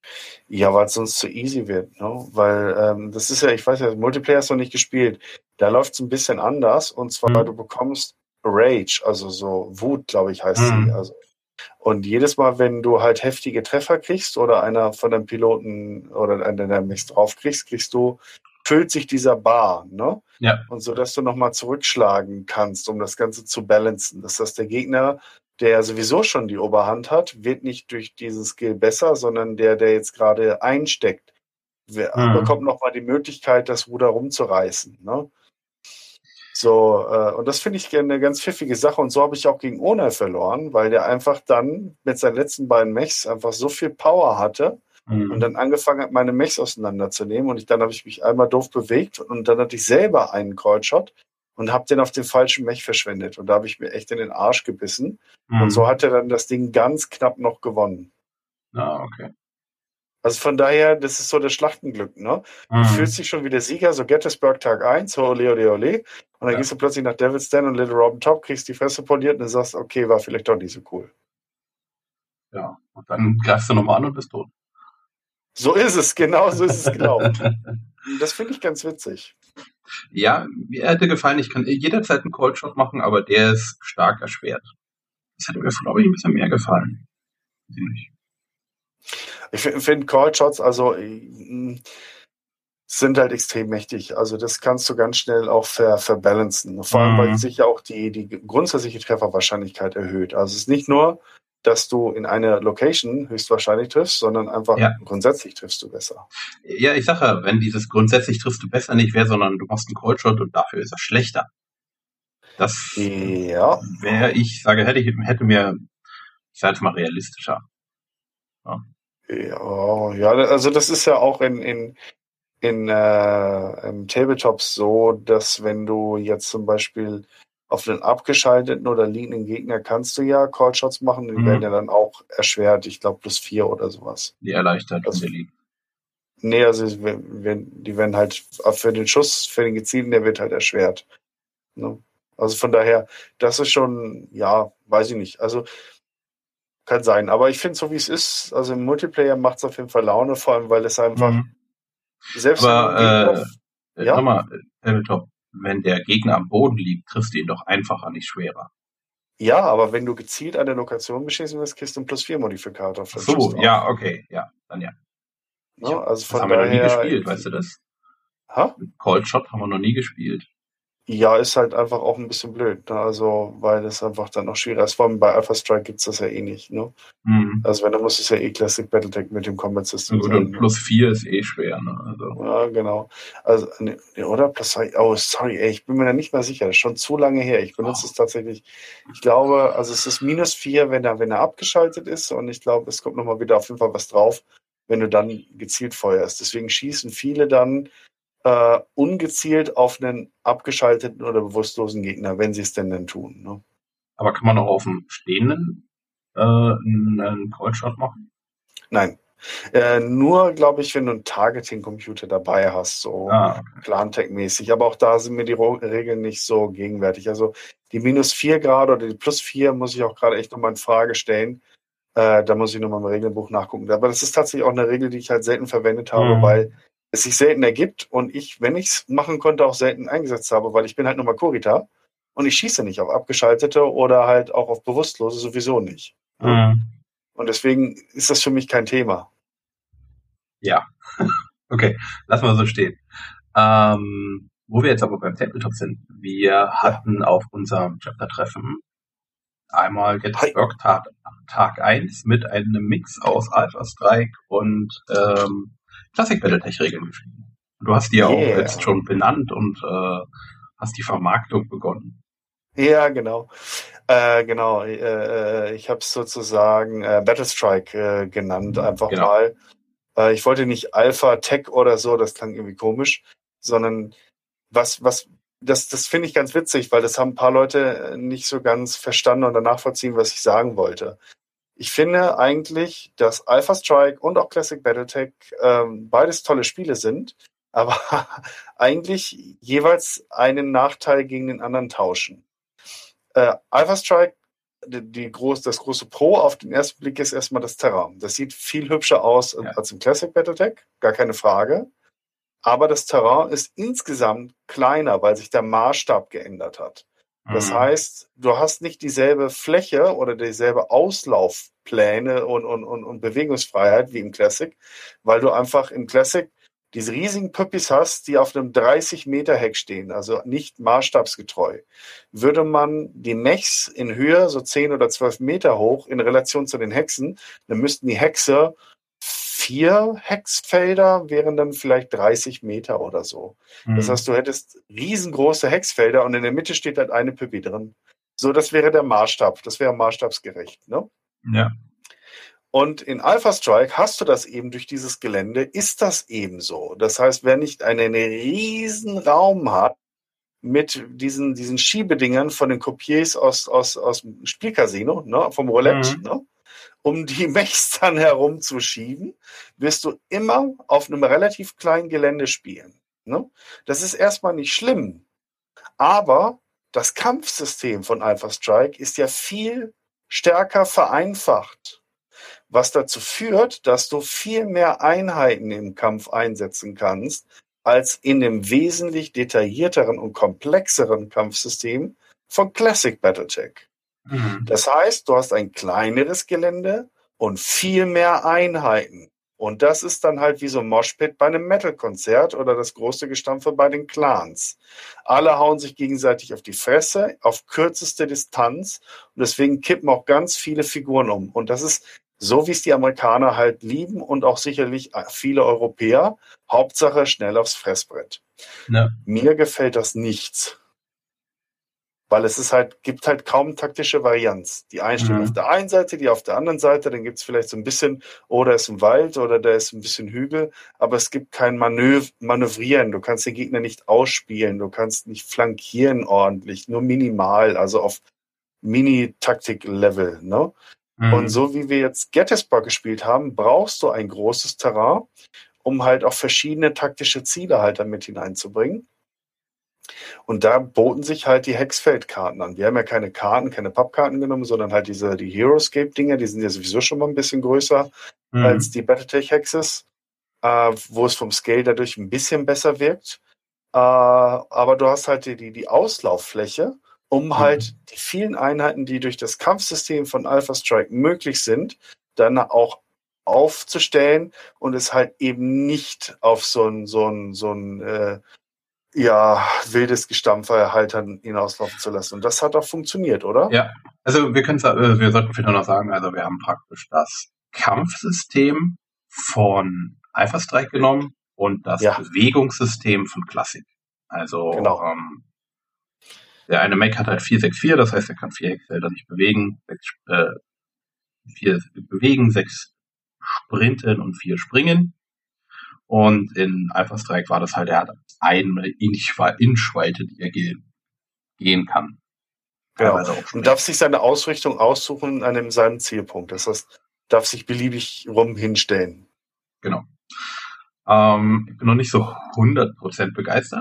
Ja, weil es sonst zu easy wird, ne? Weil ähm, das ist ja, ich weiß ja, Multiplayer ist noch nicht gespielt. Da läuft es ein bisschen anders und zwar, Hm. du bekommst Rage, also so Wut, glaube ich, heißt Hm. sie. Also, und jedes Mal, wenn du halt heftige Treffer kriegst oder einer von den Piloten oder einer der Mix drauf kriegst, kriegst du, füllt sich dieser Bar, ne? Ja. Und so, dass du nochmal zurückschlagen kannst, um das Ganze zu balancen. Das heißt, der Gegner, der sowieso schon die Oberhand hat, wird nicht durch diesen Skill besser, sondern der, der jetzt gerade einsteckt, wer- Hm. bekommt nochmal die Möglichkeit, das Ruder rumzureißen. Ne? So, äh, und das finde ich eine ganz pfiffige Sache. Und so habe ich auch gegen Onel verloren, weil der einfach dann mit seinen letzten beiden Mechs einfach so viel Power hatte Hm. und dann angefangen hat, meine Mechs auseinanderzunehmen. Und ich, dann habe ich mich einmal doof bewegt und dann hatte ich selber einen Callshot und habe den auf den falschen Mech verschwendet. Und da habe ich mir echt in den Arsch gebissen. Hm. Und so hat er dann das Ding ganz knapp noch gewonnen. Ah, okay. Also von daher, das ist so das Schlachtenglück, ne? Du Hm. fühlst dich schon wie der Sieger, so Gettysburg Tag eins, so ole, ole, ole. Und dann Ja. gehst du plötzlich nach Devil's Den und Little Robin Top, kriegst die Fresse poliert und dann sagst, okay, war vielleicht doch nicht so cool. Ja. Und dann greifst du nochmal an und bist tot. So ist es, genau so ist es gelaufen. Das finde ich ganz witzig. Ja, mir hätte gefallen, ich kann jederzeit einen Callshot machen, aber der ist stark erschwert. Das hätte mir, glaube ich, ein bisschen mehr gefallen. Weiß ich nicht. Ich finde find Callshots, also äh, sind halt extrem mächtig. Also das kannst du ganz schnell auch ver, verbalancen. Vor allem, weil Mhm. sich ja auch die, die grundsätzliche Trefferwahrscheinlichkeit erhöht. Also es ist nicht nur, dass du in einer Location höchstwahrscheinlich triffst, sondern einfach Ja. grundsätzlich triffst du besser. Ja, ich sage ja, wenn dieses grundsätzlich triffst du besser nicht wäre, sondern du machst einen Callshot und dafür ist er schlechter. Das Ja, wäre, ich sage, hätte ich, hätte mir, ich sage jetzt mal realistischer. ja, ja, also das ist ja auch in, in, in äh, im Tabletops so, dass wenn du jetzt zum Beispiel auf einen abgeschalteten oder liegenden Gegner kannst du ja Callshots machen, die Mhm. werden ja dann auch erschwert, ich glaube plus vier oder sowas. Die erleichtert Das- und liegen. Nee, also es werden- werden- die werden halt für den Schuss, für den gezielten, der wird halt erschwert. Ne? Also von daher, das ist schon, ja, weiß ich nicht. Also kann sein. Aber ich finde so wie es ist, also im Multiplayer macht es auf jeden Fall Laune, vor allem weil es einfach, Mhm. selbst Aber, wenn du einen Gegner, Äh, Ja? Nochmal, Tabletop, wenn der Gegner am Boden liegt, triffst du ihn doch einfacher, nicht schwerer. ja, aber wenn du gezielt eine Lokation beschießen willst, kriegst du einen plus vier Modifikator Ach für den so, Schuss drauf. ja, okay, ja, dann ja. Ich Ne? hab, Also das von haben wir noch nie daher, gespielt, weißt du das? ha? Cold Shot haben wir noch nie gespielt. Ja, ist halt einfach auch ein bisschen blöd, ne? Also, weil es einfach dann noch schwieriger ist. Vor allem bei Alpha Strike gibt's das ja eh nicht, ne? Mhm. Also wenn, dann muss es ja eh Classic Battletech mit dem Combat System Gut, sein. und Ne? plus vier ist eh schwer, ne? Also, Ja, genau. Also, ne, oder? Plus zwei, oh, sorry, ey, ich bin mir da nicht mehr sicher. Das ist schon zu lange her. Ich benutze es tatsächlich. Ich glaube, also es ist minus vier, wenn er, wenn er abgeschaltet ist. Und ich glaube, es kommt nochmal wieder auf jeden Fall was drauf, wenn du dann gezielt feuerst. Deswegen schießen viele dann äh, ungezielt auf einen abgeschalteten oder bewusstlosen Gegner, wenn sie es denn dann tun. Ne? aber kann man auch auf dem Stehenden äh, einen, einen Cold Shot machen? Nein. Äh, nur, glaube ich, wenn du einen Targeting-Computer dabei hast, so Ah, okay. Plantech-mäßig. Aber auch da sind mir die Ro- Regeln nicht so gegenwärtig. Also die minus vier Grad oder die plus vier muss ich auch gerade echt nochmal in Frage stellen. Äh, da muss ich nochmal im Regelbuch nachgucken. Aber das ist tatsächlich auch eine Regel, die ich halt selten verwendet habe, Mhm. weil es sich selten ergibt und ich, wenn ich es machen konnte, auch selten eingesetzt habe, weil ich bin halt nur mal Kurita und ich schieße nicht auf Abgeschaltete oder halt auch auf Bewusstlose sowieso nicht. Mhm. Und deswegen ist das für mich kein Thema. Ja. Okay, lassen wir so stehen. Ähm, wo wir jetzt aber beim Tabletop sind, wir hatten auf unserem Chapter-Treffen einmal Gettysburg Tag, Tag eins mit einem Mix aus Alpha Strike und ähm, Classic Battletech-Regeln geschrieben. Du hast die ja Yeah. auch jetzt schon benannt und äh, hast die Vermarktung begonnen. Ja, genau. Äh, genau. Äh, ich habe es sozusagen äh, Battlestrike äh, genannt, einfach Genau. mal. Äh, ich wollte nicht Alpha Tech oder so, das klang irgendwie komisch, sondern was, was, das, das finde ich ganz witzig, weil das haben ein paar Leute nicht so ganz verstanden oder nachvollziehen, was ich sagen wollte. Ich finde eigentlich, dass Alpha Strike und auch Classic Battletech ähm, beides tolle Spiele sind, aber eigentlich jeweils einen Nachteil gegen den anderen tauschen. Äh, Alpha Strike die, die groß, das große Pro auf den ersten Blick ist erstmal das Terrain. Das sieht viel hübscher aus ja. als im Classic Battletech, gar keine Frage. Aber das Terrain ist insgesamt kleiner, weil sich der Maßstab geändert hat. Das mhm. heißt, du hast nicht dieselbe Fläche oder dieselbe Auslaufpläne und, und, und, und Bewegungsfreiheit wie im Classic, weil du einfach im Classic diese riesigen Püppis hast, die auf einem dreißig Meter Heck stehen, also nicht maßstabsgetreu. Würde man die Mechs in Höhe, so zehn oder zwölf Meter hoch, in Relation zu den Hexen, dann müssten die Hexe vier Hexfelder, wären dann vielleicht dreißig Meter oder so. Mhm. Das heißt, du hättest riesengroße Hexfelder und in der Mitte steht halt eine Püppi drin. So, das wäre der Maßstab. Das wäre maßstabsgerecht, ne? Ja. Und in Alpha Strike hast du das eben durch dieses Gelände, ist das eben so. Das heißt, wer nicht einen riesen Raum hat mit diesen, diesen Schiebedingern von den Kopiers aus, aus, aus dem Spielcasino, ne, vom Roulette, mhm. ne, um die Mechs dann herumzuschieben, wirst du immer auf einem relativ kleinen Gelände spielen. Ne? Das ist erstmal nicht schlimm, aber das Kampfsystem von Alpha Strike ist ja viel stärker vereinfacht, was dazu führt, dass du viel mehr Einheiten im Kampf einsetzen kannst, als in dem wesentlich detaillierteren und komplexeren Kampfsystem von Classic Battletech. Mhm. Das heißt, du hast ein kleineres Gelände und viel mehr Einheiten. Und das ist dann halt wie so ein Moshpit bei einem Metal-Konzert oder das große Gestampfe bei den Clans. Alle hauen sich gegenseitig auf die Fresse, auf kürzeste Distanz. Und deswegen kippen auch ganz viele Figuren um. Und das ist so, wie es die Amerikaner halt lieben und auch sicherlich viele Europäer. Hauptsache schnell aufs Fressbrett. Ja. Mir gefällt das nichts. Weil es ist halt, gibt halt kaum taktische Varianz. Die einen stehen mhm. auf der einen Seite, die auf der anderen Seite, dann gibt es vielleicht so ein bisschen, oh, da ist ein Wald oder da ist ein bisschen Hügel, aber es gibt kein Manöv- Manövrieren. Du kannst den Gegner nicht ausspielen, du kannst nicht flankieren ordentlich, nur minimal, also auf Mini-Taktik-Level, ne? Mhm. Und so wie wir jetzt Gettysburg gespielt haben, brauchst du ein großes Terrain, um halt auch verschiedene taktische Ziele halt damit hineinzubringen. Und da boten sich halt die Hexfeldkarten an. Wir haben ja keine Karten, keine Pappkarten genommen, sondern halt diese, die Heroescape-Dinger, die sind ja sowieso schon mal ein bisschen größer mhm. als die Battletech-Hexes, äh, wo es vom Scale dadurch ein bisschen besser wirkt. Äh, aber du hast halt die, die, die Auslauffläche, um mhm. halt die vielen Einheiten, die durch das Kampfsystem von Alpha Strike möglich sind, dann auch aufzustellen und es halt eben nicht auf so ein, so ein, so ein, äh, ja, wildes Gestampfer halt dann hinauslaufen zu lassen. Und das hat auch funktioniert, oder? Ja, also wir können äh, wir sollten vielleicht noch sagen, also wir haben praktisch das Kampfsystem von Alpha Strike genommen und das ja. Bewegungssystem von Classic. Also genau. ähm, der eine Mech hat halt vier sechs vier, das heißt, er kann vier Hexfelder nicht bewegen, sechs, äh, vier bewegen, sechs sprinten und vier springen. Und in Alpha Strike war das halt, er hat eine Inchweite, die er gehen, gehen kann. Genau. Und darf sich seine Ausrichtung aussuchen an einem, seinem Zielpunkt. Das heißt, darf sich beliebig rum hinstellen. Genau. Ähm, ich bin noch nicht so hundert Prozent begeistert.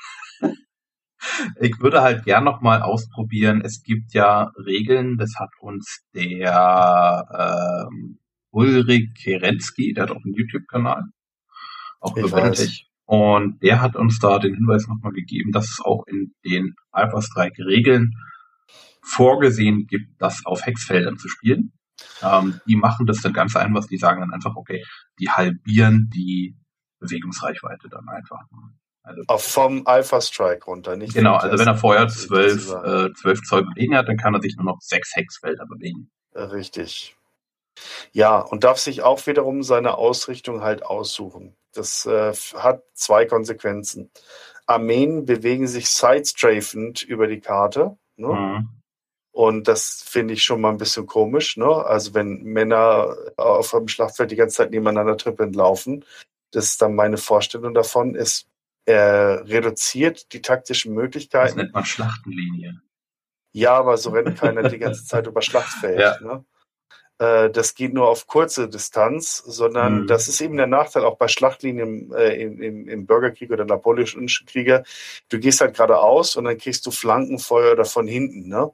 Ich würde halt gern noch mal ausprobieren. Es gibt ja Regeln, das hat uns der ähm, Ulrich Kerensky, der hat auch einen YouTube-Kanal, auch über Battletech. Und der hat uns da den Hinweis nochmal gegeben, dass es auch in den Alpha Strike Regeln vorgesehen gibt, das auf Hexfeldern zu spielen. Ähm, die machen das dann ganz einfach, die sagen dann einfach, okay, die halbieren die Bewegungsreichweite dann einfach. Also auch vom Alpha Strike runter, nicht? Genau, also wenn er vorher zwölf, äh, zwölf Zoll bewegen hat, dann kann er sich nur noch sechs Hexfelder bewegen. Richtig. Ja, und darf sich auch wiederum seine Ausrichtung halt aussuchen. Das äh, hat zwei Konsequenzen. Armeen bewegen sich sidestrafend über die Karte. Ne? Mhm. Und das finde ich schon mal ein bisschen komisch. Ne? Also wenn Männer auf dem Schlachtfeld die ganze Zeit nebeneinander trippelnd laufen, das ist dann meine Vorstellung davon, ist, er reduziert die taktischen Möglichkeiten. Das nennt man Schlachtenlinie. Ja, aber so rennt keiner die ganze Zeit über Schlachtfeld. Ja. Ne? Das geht nur auf kurze Distanz, sondern mhm. das ist eben der Nachteil auch bei Schlachtlinien äh, im, im, im Bürgerkrieg oder napoleonischen Kriege. Du gehst halt geradeaus und dann kriegst du Flankenfeuer oder von hinten. Ne?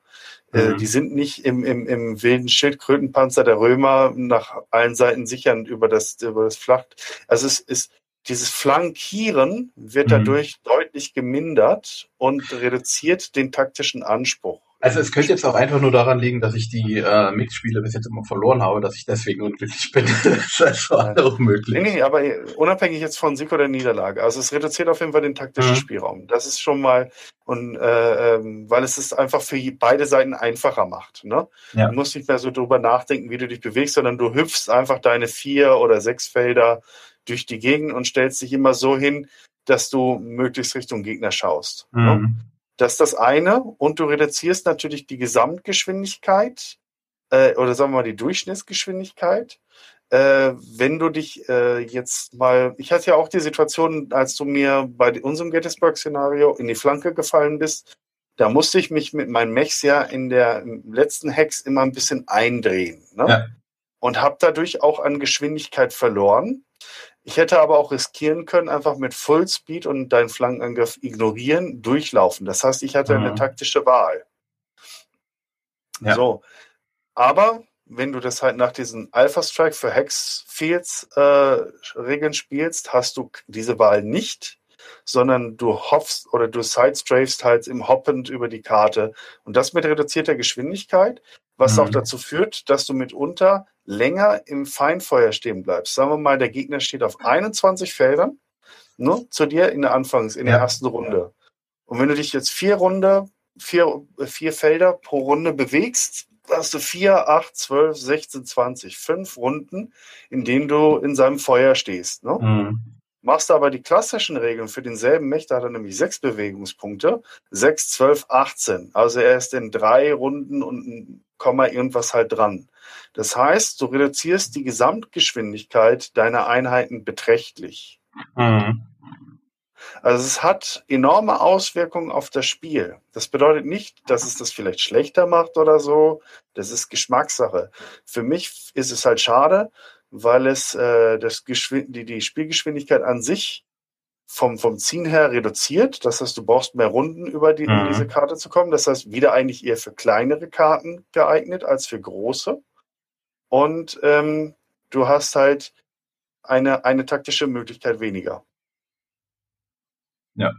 Äh, Mhm. die sind nicht im, im, im wilden Schildkrötenpanzer der Römer nach allen Seiten sichernd über das, über das Flach. Also es ist, dieses Flankieren wird Mhm. dadurch deutlich gemindert und reduziert den taktischen Anspruch. Also es könnte jetzt auch einfach nur daran liegen, dass ich die äh, Mixspiele bis jetzt immer verloren habe, dass ich deswegen unglücklich bin. Das war Nein. auch Nee, möglich. nee, aber unabhängig jetzt von Sieg oder Niederlage. Also es reduziert auf jeden Fall den taktischen Mhm. Spielraum. Das ist schon mal, und äh, ähm, weil es es einfach für beide Seiten einfacher macht. Ne? Ja. Du musst nicht mehr so drüber nachdenken, wie du dich bewegst, sondern du hüpfst einfach deine vier oder sechs Felder durch die Gegend und stellst dich immer so hin, dass du möglichst Richtung Gegner schaust. Mhm. Ne? Das ist das eine. Und du reduzierst natürlich die Gesamtgeschwindigkeit äh, oder sagen wir mal die Durchschnittsgeschwindigkeit. Äh, wenn du dich äh, jetzt mal, ich hatte ja auch die Situation, als du mir bei unserem Gettysburg-Szenario in die Flanke gefallen bist, da musste ich mich mit meinem Mechs ja in der im letzten Hex immer ein bisschen eindrehen. Ne? Ja. Und habe dadurch auch an Geschwindigkeit verloren. Ich hätte aber auch riskieren können, einfach mit Fullspeed und deinen Flankenangriff ignorieren, durchlaufen. Das heißt, ich hatte eine Mhm. taktische Wahl. Ja. So, aber wenn du das halt nach diesen Alpha-Strike für Hex-Fields äh, Regeln spielst, hast du diese Wahl nicht, sondern du hoffst oder du sidestrafest halt im Hoppend über die Karte. Und das mit reduzierter Geschwindigkeit, was Mhm. auch dazu führt, dass du mitunter länger im Feinfeuer stehen bleibst. Sagen wir mal, der Gegner steht auf einundzwanzig Feldern, ne, zu dir in der Anfangs, in der Ja. ersten Runde. Und wenn du dich jetzt vier Runde, vier, vier Felder pro Runde bewegst, hast du vier, acht, zwölf, sechzehn, zwanzig, fünf Runden, in denen du in seinem Feuer stehst. Ne? Mhm. Machst du aber die klassischen Regeln für denselben Mech, da hat er nämlich sechs Bewegungspunkte, sechs, zwölf, achtzehn. Also er ist in drei Runden und ein Komma irgendwas halt dran. Das heißt, du reduzierst die Gesamtgeschwindigkeit deiner Einheiten beträchtlich. Mhm. Also es hat enorme Auswirkungen auf das Spiel. Das bedeutet nicht, dass es das vielleicht schlechter macht oder so. Das ist Geschmackssache. Für mich ist es halt schade, weil es äh, das Geschwind- die, die Spielgeschwindigkeit an sich vom, vom Ziehen her reduziert. Das heißt, du brauchst mehr Runden, über die, um Mhm. diese Karte zu kommen. Das heißt, wieder eigentlich eher für kleinere Karten geeignet als für große. Und ähm, du hast halt eine, eine taktische Möglichkeit weniger. Ja.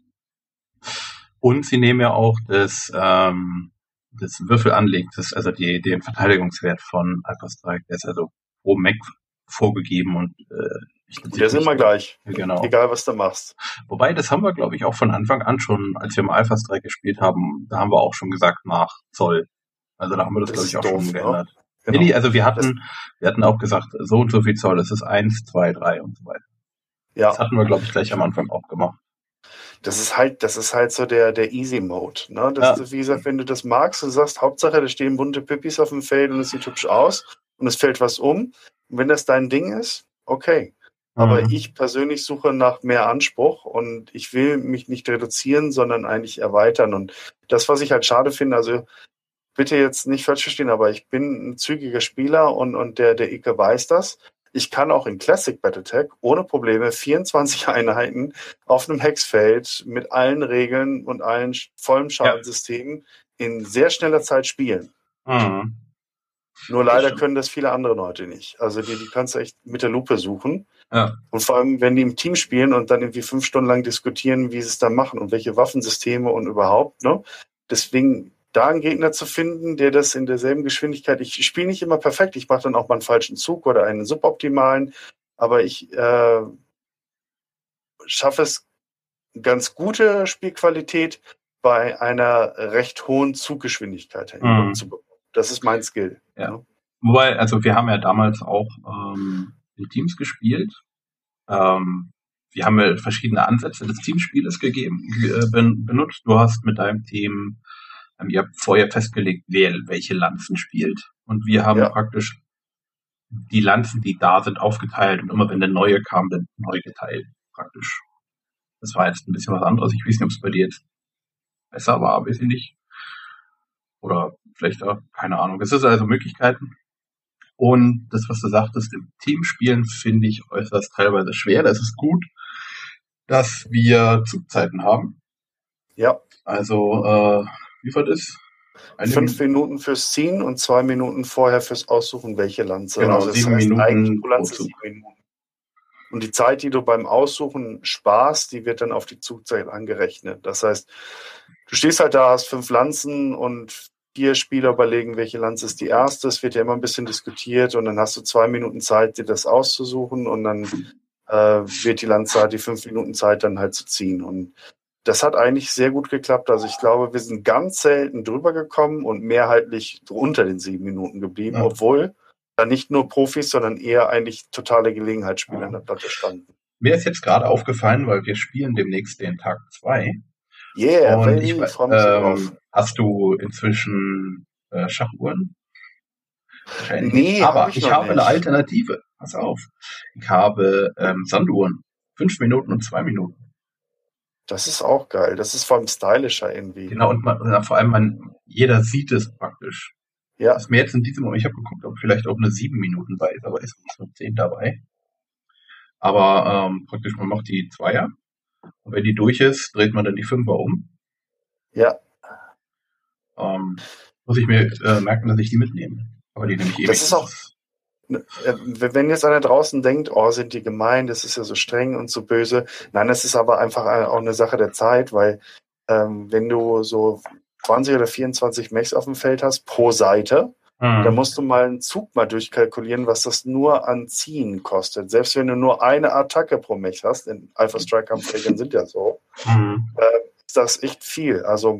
Und sie nehmen ja auch das, ähm, das Würfelanlegen, das, also die, den Verteidigungswert von Alpha Strike, der ist also pro Mech vorgegeben und äh, ich Und der ist immer gleich, Genau. egal was du machst. Wobei, das haben wir, glaube ich, auch von Anfang an schon, als wir mal Alpha Strike gespielt haben, da haben wir auch schon gesagt, nach Zoll. Also da haben wir das, Das glaube ich, ist auch doof, schon ne? geändert. Genau. Nee, nee, also wir hatten, wir hatten auch gesagt, so und so viel Zoll, das ist eins, zwei, drei und so weiter. Ja, Das hatten wir, glaube ich, gleich am Anfang auch gemacht. das ist halt, das ist halt so der, der Easy Mode. Ne? Das Ja. ist, wie gesagt, wenn du das magst und sagst, Hauptsache, da stehen bunte Pippis auf dem Feld und es sieht hübsch aus und es fällt was um. Und wenn das dein Ding ist, okay. Aber Mhm. ich persönlich suche nach mehr Anspruch und ich will mich nicht reduzieren, sondern eigentlich erweitern. Und das, was ich halt schade finde, also bitte jetzt nicht falsch verstehen, aber ich bin ein zügiger Spieler und, und der, der Ike weiß das. Ich kann auch in Classic Battletech ohne Probleme vierundzwanzig Einheiten auf einem Hexfeld mit allen Regeln und allen vollen Schadensystemen in sehr schneller Zeit spielen. Mhm. Nur Das leider stimmt. können das viele andere Leute nicht. Also die, die kannst du echt mit der Lupe suchen. Ja. Und vor allem, wenn die im Team spielen und dann irgendwie fünf Stunden lang diskutieren, wie sie es dann machen und welche Waffensysteme und überhaupt. Ne? Deswegen da einen Gegner zu finden, der das in derselben Geschwindigkeit, ich spiele nicht immer perfekt, ich mache dann auch mal einen falschen Zug oder einen suboptimalen, aber ich äh, schaffe es, ganz gute Spielqualität bei einer recht hohen Zuggeschwindigkeit Mhm. zu bekommen. Das ist mein Skill. Ja. Ne? Wobei, also wir haben ja damals auch ähm, in Teams gespielt. Ähm, wir haben ja verschiedene Ansätze des Teamspieles gegeben, äh, ben, benutzt. Du hast mit deinem Team, ähm, ihr habt vorher festgelegt, wer welche Lanzen spielt. Und wir haben Ja. praktisch die Lanzen, die da sind, aufgeteilt und immer wenn der neue kam, dann neu geteilt, praktisch. Das war jetzt ein bisschen was anderes. Ich weiß nicht, ob es bei dir jetzt besser war, weiß ich nicht. Oder schlechter, keine Ahnung. Es ist also Möglichkeiten. Und das, was du sagtest, im Teamspielen finde ich äußerst teilweise schwer. Das ist gut, dass wir Zugzeiten haben. Ja. Also, äh, wie war das? Eine Fünf Minute. Minuten fürs Ziehen und zwei Minuten vorher fürs Aussuchen, welche Lanze. Genau, also das sieben heißt Minuten eigentlich pro pro Lanze Zug. sieben Minuten. Und die Zeit, die du beim Aussuchen sparst, die wird dann auf die Zugzeit angerechnet. Das heißt, du stehst halt da, hast fünf Lanzen und vier Spieler überlegen, welche Lanze ist die erste. Es wird ja immer ein bisschen diskutiert und dann hast du zwei Minuten Zeit, dir das auszusuchen und dann äh, wird die Lanze halt die fünf Minuten Zeit dann halt zu ziehen. Und das hat eigentlich sehr gut geklappt. Also ich glaube, wir sind ganz selten drüber gekommen und mehrheitlich unter den sieben Minuten geblieben, Ja. obwohl da nicht nur Profis, sondern eher eigentlich totale Gelegenheitsspieler Ja. in der Platte standen. Mir ist jetzt gerade aufgefallen, weil wir spielen demnächst den Tag zwei. Yeah, Und ich, baby, we- ich freue mich so drauf. ähm, hast du inzwischen äh, Schachuhren? Wahrscheinlich nicht. Nee, Aber habe ich ich noch habe eine nicht. Alternative. Pass auf. Ich habe ähm, Sanduhren. Fünf Minuten und zwei Minuten. Das ist auch geil. Das ist vor allem stylischer irgendwie. Genau, und man, na, vor allem, man, jeder sieht es praktisch. Ja, Was mir jetzt in diesem Moment, ich habe geguckt, ob vielleicht auch eine sieben Minuten bei ist, aber ist nur zehn dabei. Aber ähm, praktisch, man macht die Zweier. Und wenn die durch ist, dreht man dann die Fünfer um. ja. Ähm, muss ich mir äh, merken, dass ich die mitnehme. Aber die nehme ich ewig. Das ist auch, äh, wenn jetzt einer draußen denkt, oh, sind die gemein, das ist ja so streng und so böse. Nein, das ist aber einfach auch eine Sache der Zeit, weil ähm, wenn du so zwanzig oder vierundzwanzig Mechs auf dem Feld hast pro Seite, Hm. dann musst du mal einen Zug mal durchkalkulieren, was das nur an Ziehen kostet. Selbst wenn du nur eine Attacke pro Mech hast, in Alpha Strike Kampffeldern sind ja so, Hm. äh, ist das echt viel. Also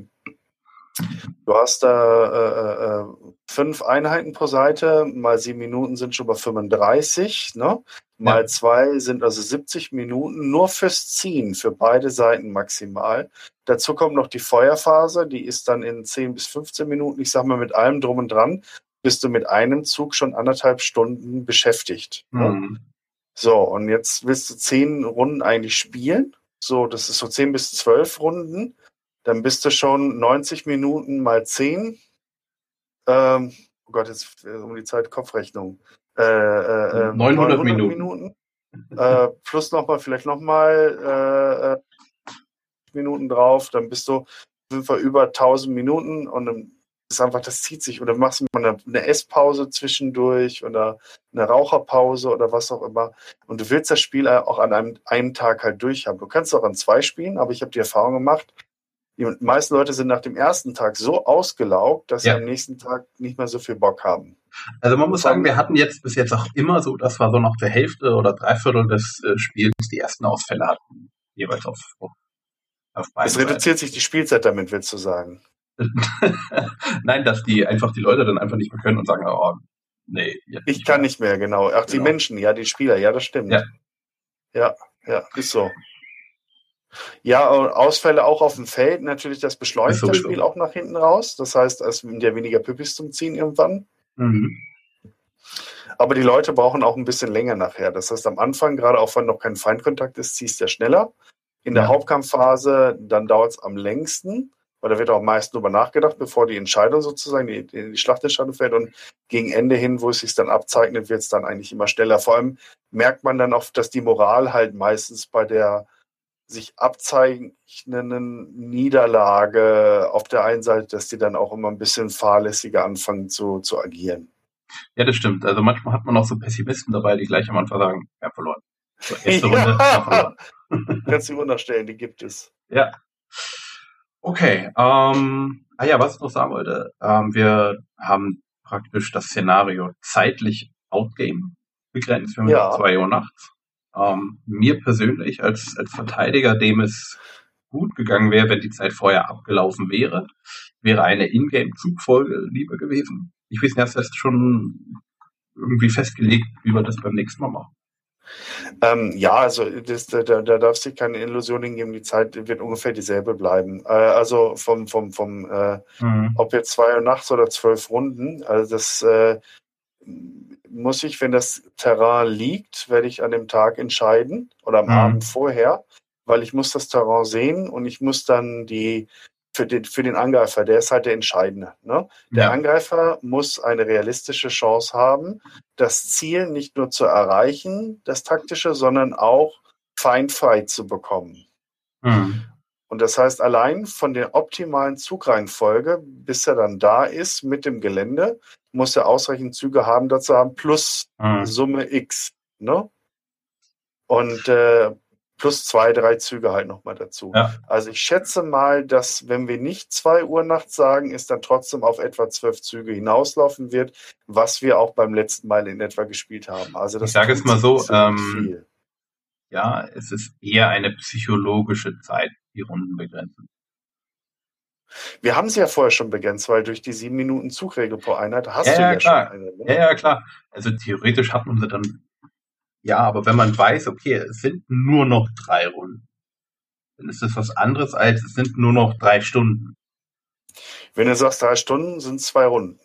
du hast da äh, äh, fünf Einheiten pro Seite, mal sieben Minuten sind schon bei fünfunddreißig, ne? Mal Ja. zwei sind also siebzig Minuten nur fürs Ziehen, für beide Seiten maximal. Dazu kommt noch die Feuerphase, die ist dann in zehn bis fünfzehn Minuten. Ich sag mal, mit allem drum und dran bist du mit einem Zug schon anderthalb Stunden beschäftigt. Ne? Hm. So, und jetzt willst du zehn Runden eigentlich spielen. So, das ist so zehn bis zwölf Runden. Dann bist du schon neunzig Minuten mal zehn. Ähm, oh Gott, jetzt äh, um die Zeit Kopfrechnung. Äh, äh, äh, neunhundert Minuten. Minuten. Äh, plus nochmal, vielleicht nochmal äh, äh, Minuten drauf. Dann bist du auf über tausend Minuten und dann ist einfach, das zieht sich. Oder machst du mal eine, eine Esspause zwischendurch oder eine Raucherpause oder was auch immer. Und du willst das Spiel auch an einem einen Tag halt durchhaben. Du kannst auch an zwei spielen, aber ich habe die Erfahrung gemacht, die meisten Leute sind nach dem ersten Tag so ausgelaugt, dass Ja. sie am nächsten Tag nicht mehr so viel Bock haben. Also man muss sagen, wir hatten jetzt bis jetzt auch immer so, das war so noch der Hälfte oder Dreiviertel des äh, Spiels, die ersten Ausfälle hatten. Jeweils auf, auf beiden Es reduziert sich die Spielzeit damit, willst du sagen? Nein, dass die einfach die Leute dann einfach nicht mehr können und sagen, oh, nee. Jetzt Ich kann nicht mehr, genau. Ach, die Genau. Menschen, ja, die Spieler, ja, das stimmt. Ja. Ja, ja, ist so. Ja, und Ausfälle auch auf dem Feld, natürlich, das beschleunigt Ist das sowieso. Spiel auch nach hinten raus. Das heißt, es sind ja weniger Püppis zum Ziehen irgendwann. Mhm. Aber die Leute brauchen auch ein bisschen länger nachher. Das heißt, am Anfang, gerade auch wenn noch kein Feindkontakt ist, ziehst du ja schneller. In der Ja. Hauptkampfphase, dann dauert es am längsten, weil da wird auch meist drüber nachgedacht, bevor die Entscheidung sozusagen, die, die Schlachtentscheidung fällt. Und gegen Ende hin, wo es sich dann abzeichnet, wird es dann eigentlich immer schneller. Vor allem merkt man dann auch, dass die Moral halt meistens bei der sich abzeichnenden Niederlage auf der einen Seite, dass die dann auch immer ein bisschen fahrlässiger anfangen zu, zu agieren. Ja, das stimmt. Also manchmal hat man auch so Pessimisten dabei, die gleich am Anfang sagen, wir haben verloren. So, erste Runde, wir haben verloren. Kannst du die unterstellen, die gibt es. Ja. Okay. Ähm, ah ja, was ich noch sagen wollte, ähm, wir haben praktisch das Szenario zeitlich Outgame begrenzt. Wir haben Ja. zwei Uhr nachts. Ähm, mir persönlich als, als Verteidiger, dem es gut gegangen wäre, wenn die Zeit vorher abgelaufen wäre, wäre eine Ingame-Zugfolge lieber gewesen. Ich weiß nicht, hast du das schon irgendwie festgelegt, wie wir das beim nächsten Mal machen? Ähm, ja, also das, da, da darf sich keine Illusion hingeben, die Zeit wird ungefähr dieselbe bleiben. Äh, also vom, vom, vom äh, Mhm. ob jetzt zwei Uhr nachts oder zwölf Runden, also das äh, muss ich, wenn das Terrain liegt, werde ich an dem Tag entscheiden oder am Mhm. Abend vorher, weil ich muss das Terrain sehen und ich muss dann die für den, für den Angreifer, der ist halt der Entscheidende. Ne? Der Ja. Angreifer muss eine realistische Chance haben, das Ziel nicht nur zu erreichen, das taktische, sondern auch feindfrei zu bekommen. Mhm. Und das heißt, allein von der optimalen Zugreihenfolge, bis er dann da ist mit dem Gelände, muss er ausreichend Züge haben, dazu haben, plus Mhm. Summe X. Ne? Und äh, plus zwei, drei Züge halt nochmal dazu. Ja. Also ich schätze mal, dass wenn wir nicht zwei Uhr nachts sagen, es dann trotzdem auf etwa zwölf Züge hinauslaufen wird, was wir auch beim letzten Mal in etwa gespielt haben. Also das Ich sage es tut mal sich so, nicht wirklich ähm, viel. Ja, es ist eher eine psychologische Zeit, die Runden begrenzen. Wir haben sie ja vorher schon begrenzt, weil durch die sieben Minuten Zugregel pro Einheit hast Ja, du ja, ja klar. schon eine. Ne? Ja, ja, klar. Also theoretisch hat man sie dann, ja, aber wenn man weiß, okay, es sind nur noch drei Runden, dann ist das was anderes als es sind nur noch drei Stunden. Wenn du sagst, drei Stunden sind zwei Runden.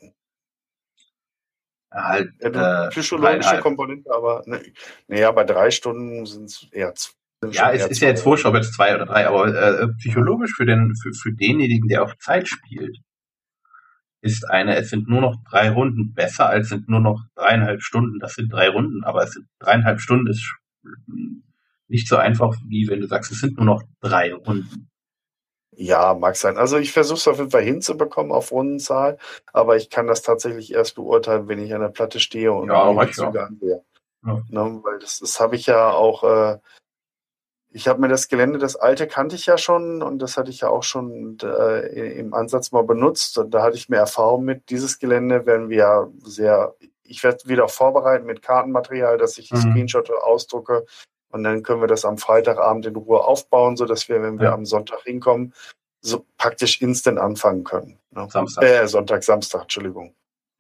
Ja, halt, Ja, du, äh, psychologische dreieinhalb. Komponente, aber ne, naja, bei drei Stunden sind es eher, z- sind Ja, schon es eher ist zwei ja jetzt Runden. wurscht, ob jetzt zwei oder drei, aber äh, psychologisch für den, für, für denjenigen, der auf Zeit spielt, ist eine, es sind nur noch drei Runden besser, als sind nur noch dreieinhalb Stunden. Das sind drei Runden, aber es sind dreieinhalb Stunden ist sch- nicht so einfach, wie wenn du sagst, es sind nur noch drei Runden. Ja, mag sein. Also ich versuche es auf jeden Fall hinzubekommen auf Rundenzahl, aber ich kann das tatsächlich erst beurteilen, wenn ich an der Platte stehe und Ja, mir die reicht ja. Züge ansehe. Ja. Ne, weil das, das habe ich ja auch, äh, ich habe mir das Gelände, das alte kannte ich ja schon und das hatte ich ja auch schon äh, im Ansatz mal benutzt und da hatte ich mehr Erfahrung mit. Dieses Gelände werden wir ja sehr, ich werde wieder vorbereiten mit Kartenmaterial, dass ich Mhm. Screenshot ausdrucke und dann können wir das am Freitagabend in Ruhe aufbauen, sodass wir, wenn wir Ja. am Sonntag hinkommen, so praktisch instant anfangen können. Ne? Samstag. Äh, Sonntag, Samstag, Entschuldigung.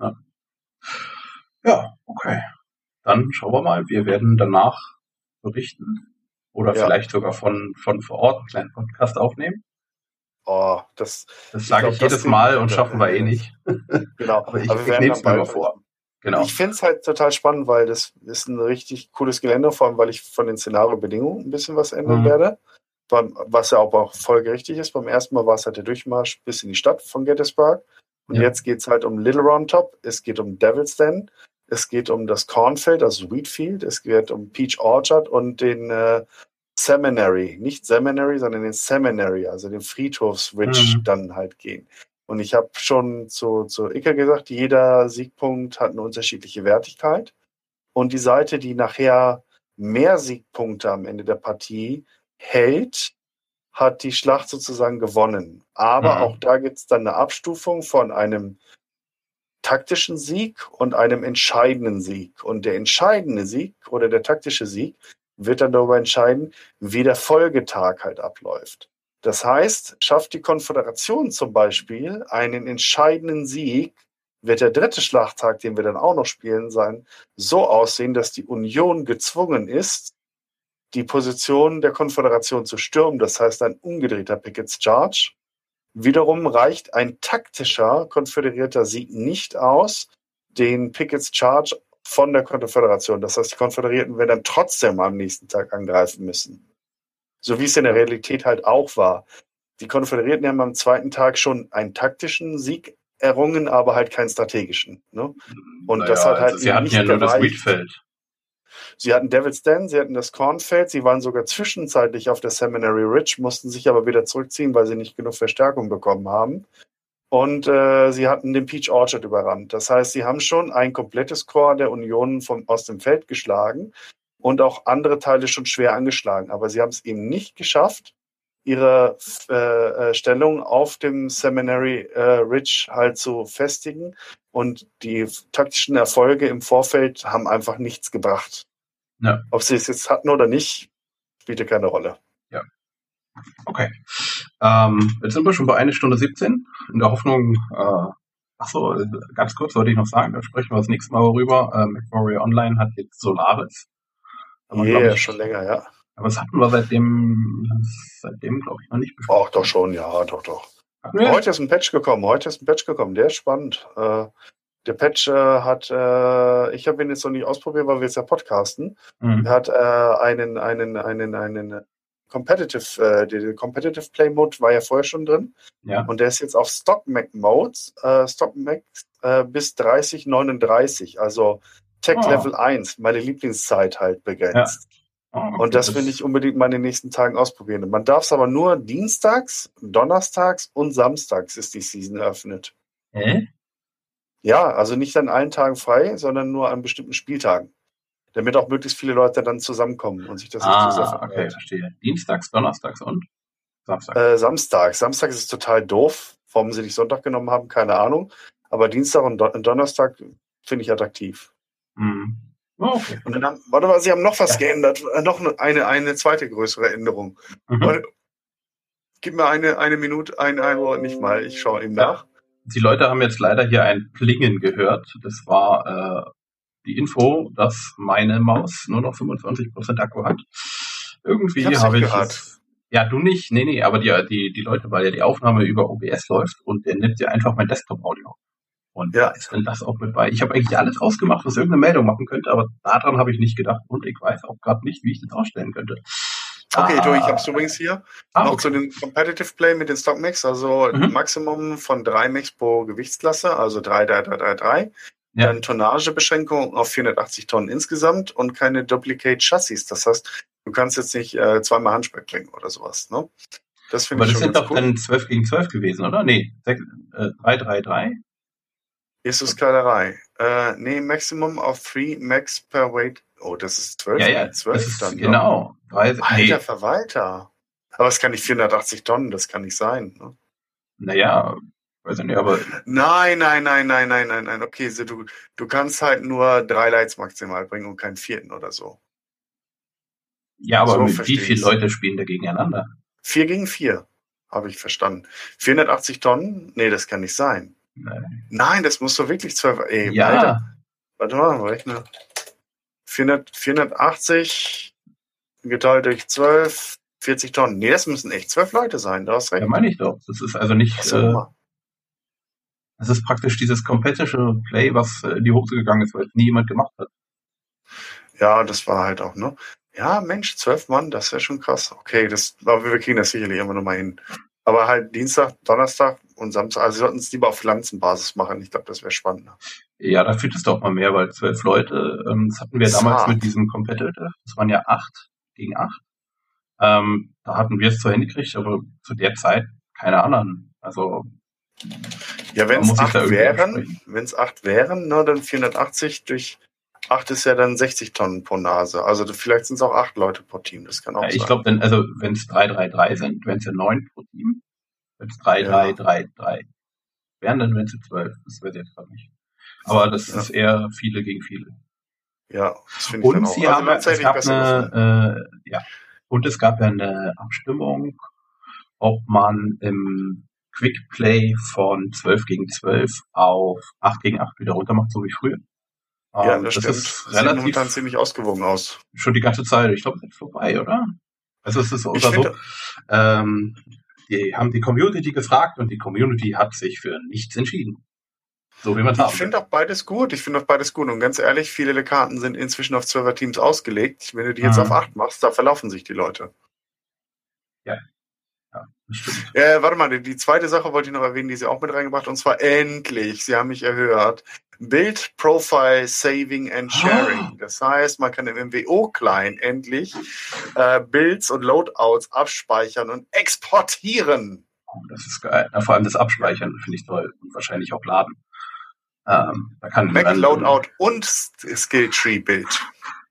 Ja, okay. Dann schauen wir mal. Wir werden danach berichten oder Ja. vielleicht sogar von, von vor Ort einen kleinen Podcast aufnehmen. Oh, das, Das Ich sage glaub, ich das jedes geht Mal nicht. und schaffen wir eh nicht. Genau. Aber ich, Aber wir ich werden nehme es dann mir mal bald vor. Genau. Ich finde es halt total spannend, weil das ist ein richtig cooles Gelände, vor allem weil ich von den Szenariobedingungen ein bisschen was ändern Mhm. werde. Beim, was ja auch, auch folgerichtig ist. Beim ersten Mal war es halt der Durchmarsch bis in die Stadt von Gettysburg. Und Ja. jetzt geht es halt um Little Round Top, es geht um Devil's Den, es geht um das Cornfield, also Wheatfield, es geht um Peach Orchard und den äh, Seminary. Nicht Seminary, sondern den Seminary, also den Friedhofswitch Mhm. dann halt gehen. Und ich habe schon zu, zu Icke gesagt, jeder Siegpunkt hat eine unterschiedliche Wertigkeit. Und die Seite, die nachher mehr Siegpunkte am Ende der Partie hält, hat die Schlacht sozusagen gewonnen. Aber Mhm. auch da gibt es dann eine Abstufung von einem taktischen Sieg und einem entscheidenden Sieg. Und der entscheidende Sieg oder der taktische Sieg wird dann darüber entscheiden, wie der Folgetag halt abläuft. Das heißt, schafft die Konföderation zum Beispiel einen entscheidenden Sieg, wird der dritte Schlachttag, den wir dann auch noch spielen sein, so aussehen, dass die Union gezwungen ist, die Position der Konföderation zu stürmen. Das heißt, ein umgedrehter Pickett's Charge. Wiederum reicht ein taktischer konföderierter Sieg nicht aus, den Pickett's Charge von der Konföderation. Das heißt, die Konföderierten werden dann trotzdem am nächsten Tag angreifen müssen. So wie es in der Realität halt auch war. Die Konföderierten haben am zweiten Tag schon einen taktischen Sieg errungen, aber halt keinen strategischen. Ne? Und Naja, das hat halt also sie eben hatten nicht ja nur das gereicht. Wheatfield. Sie hatten Devil's Den, sie hatten das Cornfield, sie waren sogar zwischenzeitlich auf der Seminary Ridge, mussten sich aber wieder zurückziehen, weil sie nicht genug Verstärkung bekommen haben. Und äh, sie hatten den Peach Orchard überrannt. Das heißt, sie haben schon ein komplettes Korps der Union vom, aus dem Feld geschlagen und auch andere Teile schon schwer angeschlagen. Aber sie haben es eben nicht geschafft, ihre äh, Stellung auf dem Seminary äh, Ridge halt zu festigen. Und die taktischen Erfolge im Vorfeld haben einfach nichts gebracht. Ja. Ob sie es jetzt hatten oder nicht, spielte keine Rolle. Okay. Ähm, jetzt sind wir schon bei eine Stunde siebzehn. In der Hoffnung, äh, achso, ganz kurz wollte ich noch sagen, da sprechen wir das nächste Mal darüber. Äh, MechWarrior Online hat jetzt Solaris. Aber, glaub Yeah, ich, schon länger, ja. aber das hatten wir seitdem, seitdem glaube ich, noch nicht besprochen. Auch doch schon, ja, doch, doch. Hatten wir? Heute ist ein Patch gekommen, heute ist ein Patch gekommen, der ist spannend. Äh, der Patch äh, hat, äh, ich habe ihn jetzt noch nicht ausprobiert, weil wir jetzt ja podcasten. Mhm. Er hat äh, einen, einen, einen, einen Competitive, äh, der Competitive Play Mode war ja vorher schon drin. Ja. Und der ist jetzt auf Stock Mac Mode, äh, Stock Mac äh, bis dreißig neununddreißig, also Tech Oh. Level eins, meine Lieblingszeit halt begrenzt. Oh, okay, Und das will ich unbedingt mal in den nächsten Tagen ausprobieren. Man darf es aber nur dienstags, donnerstags und samstags ist die Season eröffnet. Hä? Ja, also nicht an allen Tagen frei, sondern nur an bestimmten Spieltagen. Damit auch möglichst viele Leute dann zusammenkommen und sich das nicht zu sehr Ah, okay, verteilt. verstehe. Dienstags, Donnerstags und Samstag. Äh, Samstag. Samstag ist es total doof, warum sie nicht Sonntag genommen haben, keine Ahnung. Aber Dienstag und, Don- und Donnerstag finde ich attraktiv. Hm. Oh, okay. Und dann haben, warte mal, sie haben noch was Ja. geändert. Äh, noch eine, eine zweite größere Änderung. Mhm. Warte, gib mir eine, eine Minute, ein, ein Uhr, nicht mal. Ich schaue ihm nach. Die Leute haben jetzt leider hier ein Plingen gehört. Das war äh, die Info, dass meine Maus nur noch fünfundzwanzig Prozent Akku hat. Irgendwie Ich hab's habe nicht ich gehört. es. Ja, du nicht. Nee, nee, aber die, die, die Leute, weil ja die Aufnahme über O B S läuft und der nimmt ja einfach mein Desktop-Audio. Und Ja. da ist dann das auch mit bei. Ich habe eigentlich alles rausgemacht, was irgendeine Meldung machen könnte, aber daran habe ich nicht gedacht und ich weiß auch gerade nicht, wie ich das ausstellen könnte. Okay, Ah, du, ich hab's übrigens hier. Ah, Noch okay. zu den Competitive Play mit den Stock Max, also Mhm. Maximum von drei Max pro Gewichtsklasse, also drei, drei, drei, drei, drei. Ja. Dann Tonnagebeschränkung auf vierhundertachtzig Tonnen insgesamt und keine Duplicate Chassis. Das heißt, du kannst jetzt nicht äh, zweimal Handspeck bringen oder sowas. Ne? Das finde Aber ich das schon sind ganz doch cool. dann zwölf gegen zwölf gewesen, oder? Nee, sechs, äh, drei drei drei. Ist es Kleiderei? Äh, nee, Maximum of three Max per Weight. Oh, das ist zwölf Ja, ja, gegen das zwölf ist dann. Ne? genau. Drei, Alter nee, Verwalter. Aber es kann nicht vierhundertachtzig Tonnen, das kann nicht sein. Ne? naja, weiß ich nicht, aber Nein, nein, nein, nein, nein, nein, nein. Okay, so du, du kannst halt nur drei Lights maximal bringen und keinen vierten oder so. ja, aber So mit wie verstehe viele ich's. Leute spielen da gegeneinander? Vier gegen vier, habe ich verstanden. vierhundertachtzig Tonnen? Nee, das kann nicht sein. Nein. Nein, das muss doch wirklich zwölf. Ey, Ja, Alter. Warte mal, rechne. vierhundert, vierhundertachtzig geteilt durch zwölf, vierzig Tonnen. Nee, das müssen echt zwölf Leute sein, du hast recht. ja, meine ich doch. Das ist also nicht, Achso, äh, guck mal. das ist praktisch dieses Competitive Play, was äh, in die Hose gegangen ist, weil es nie jemand gemacht hat. Ja, das war halt auch, ne? Ja, Mensch, zwölf Mann, das wäre schon krass. Okay, das, aber wir kriegen das sicherlich immer noch mal hin. Aber halt Dienstag, Donnerstag und Samstag, also wir sollten es lieber auf Pflanzenbasis machen. Ich glaube, das wäre spannender. Ja, da fühlt es doch mal mehr, weil zwölf Leute, ähm, das hatten wir damals Zart. mit diesem Competitive, das waren ja acht gegen acht. Ähm, da hatten wir es zwar hingekriegt, aber zu der Zeit keine anderen. Also Ja, wenn man es muss sich acht da irgendwie wären, absprechen. wenn es acht wären, ne, dann vierhundertachtzig durch acht ist ja dann sechzig Tonnen pro Nase. Also vielleicht sind es auch acht Leute pro Team, das kann auch Ja, ich sein. glaube, wenn also wenn es drei drei drei sind, wären es ja neun pro Team. Wenn es drei drei drei drei wären, dann wären es zwölf. Das weiß ich jetzt gerade nicht. Aber das Ja. ist eher viele gegen viele. Ja, das finde ich Und dann auch. sie Also haben, es tatsächlich gab besser gefunden. eine, äh, ja, und es gab ja eine Abstimmung, ob man im Quick Play von zwölf gegen zwölf auf acht gegen acht wieder runter macht, so wie früher. Ja, Ähm, das, das stimmt. ist Sieht momentan relativ ziemlich ausgewogen aus. schon die ganze Zeit. Ich glaube, das ist vorbei, oder? Also es ist Ich oder so. finde, Ähm, die haben die Community gefragt und die Community hat sich für nichts entschieden. So wie man es ich haben will. finde auch beides gut. Ich finde auch beides gut. Und ganz ehrlich, viele Karten sind inzwischen auf zwölfer Teams ausgelegt. Wenn du die jetzt Mhm. auf acht machst, da verlaufen sich die Leute. Ja, das stimmt. Äh, warte mal, die, die zweite Sache wollte ich noch erwähnen, die sie auch mit reingebracht, und zwar endlich, sie haben mich erhört, Build Profile Saving and Sharing. Das heißt, man kann im M W O-Client endlich äh, Builds und Loadouts abspeichern und exportieren. Oh, das ist geil. Ja, vor allem das Abspeichern finde ich toll und wahrscheinlich auch laden. Ähm, da kann Mac man Loadout und Skill Tree Build.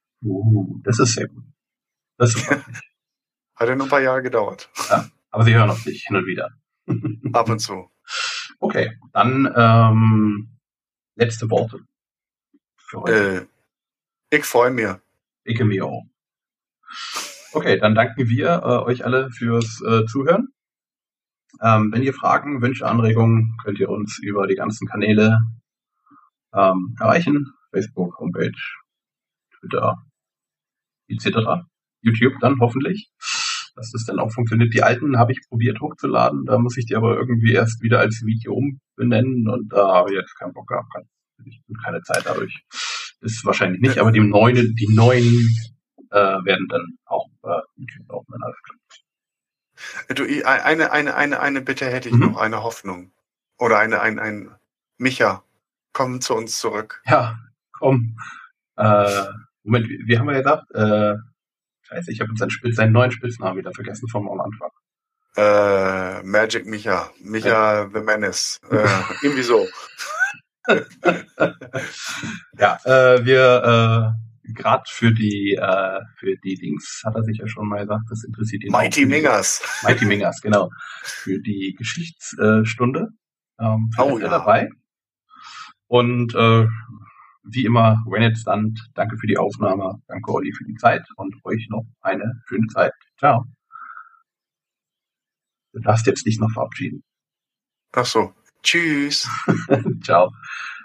Uh, das ist sehr gut. Das ist super. Hat ja nur ein paar Jahre gedauert. Ja, aber sie hören auf dich hin und wieder. Ab und zu. Okay, dann ähm, letzte Worte für heute. Äh, ich freue mich. Ich mir auch. Okay, dann danken wir äh, euch alle fürs äh, Zuhören. Ähm, wenn ihr Fragen, Wünsche, Anregungen, könnt ihr uns über die ganzen Kanäle ähm, erreichen. Facebook, Homepage, Twitter, et cetera. YouTube dann hoffentlich, dass das dann auch funktioniert. Die alten habe ich probiert hochzuladen, da muss ich die aber irgendwie erst wieder als Video umbenennen und da habe ich jetzt keinen Bock gehabt, keine Zeit dadurch. Ist wahrscheinlich nicht, aber die neuen, die neuen äh, werden dann auch äh, YouTube laufen, wenn alles klappt. Du, ich- eine, eine, eine, eine Bitte hätte ich Mhm. noch, eine Hoffnung. Oder eine, ein, ein, Micha, komm zu uns zurück. Ja, komm. Äh, Moment, wie, wie haben wir gesagt? Äh, Scheiße, ich habe jetzt seinen, Spitz, seinen neuen Spitznamen wieder vergessen vom am Anfang. Äh, Magic Micha. Micha the Menace. Äh, irgendwie so. Ja, äh, wir, äh, gerade für die, äh, für die Dings, hat er sich ja schon mal gesagt, das interessiert ihn Mighty auch. Mingers. Mighty Mingers, genau. Für die Geschichtsstunde. Ähm, Oh, ist er ja. dabei. Und, äh, wie immer, when it's done, danke für die Aufnahme, danke Olli für die Zeit und euch noch eine schöne Zeit. Ciao. Du darfst jetzt dich noch verabschieden. Ach so. Tschüss. Ciao.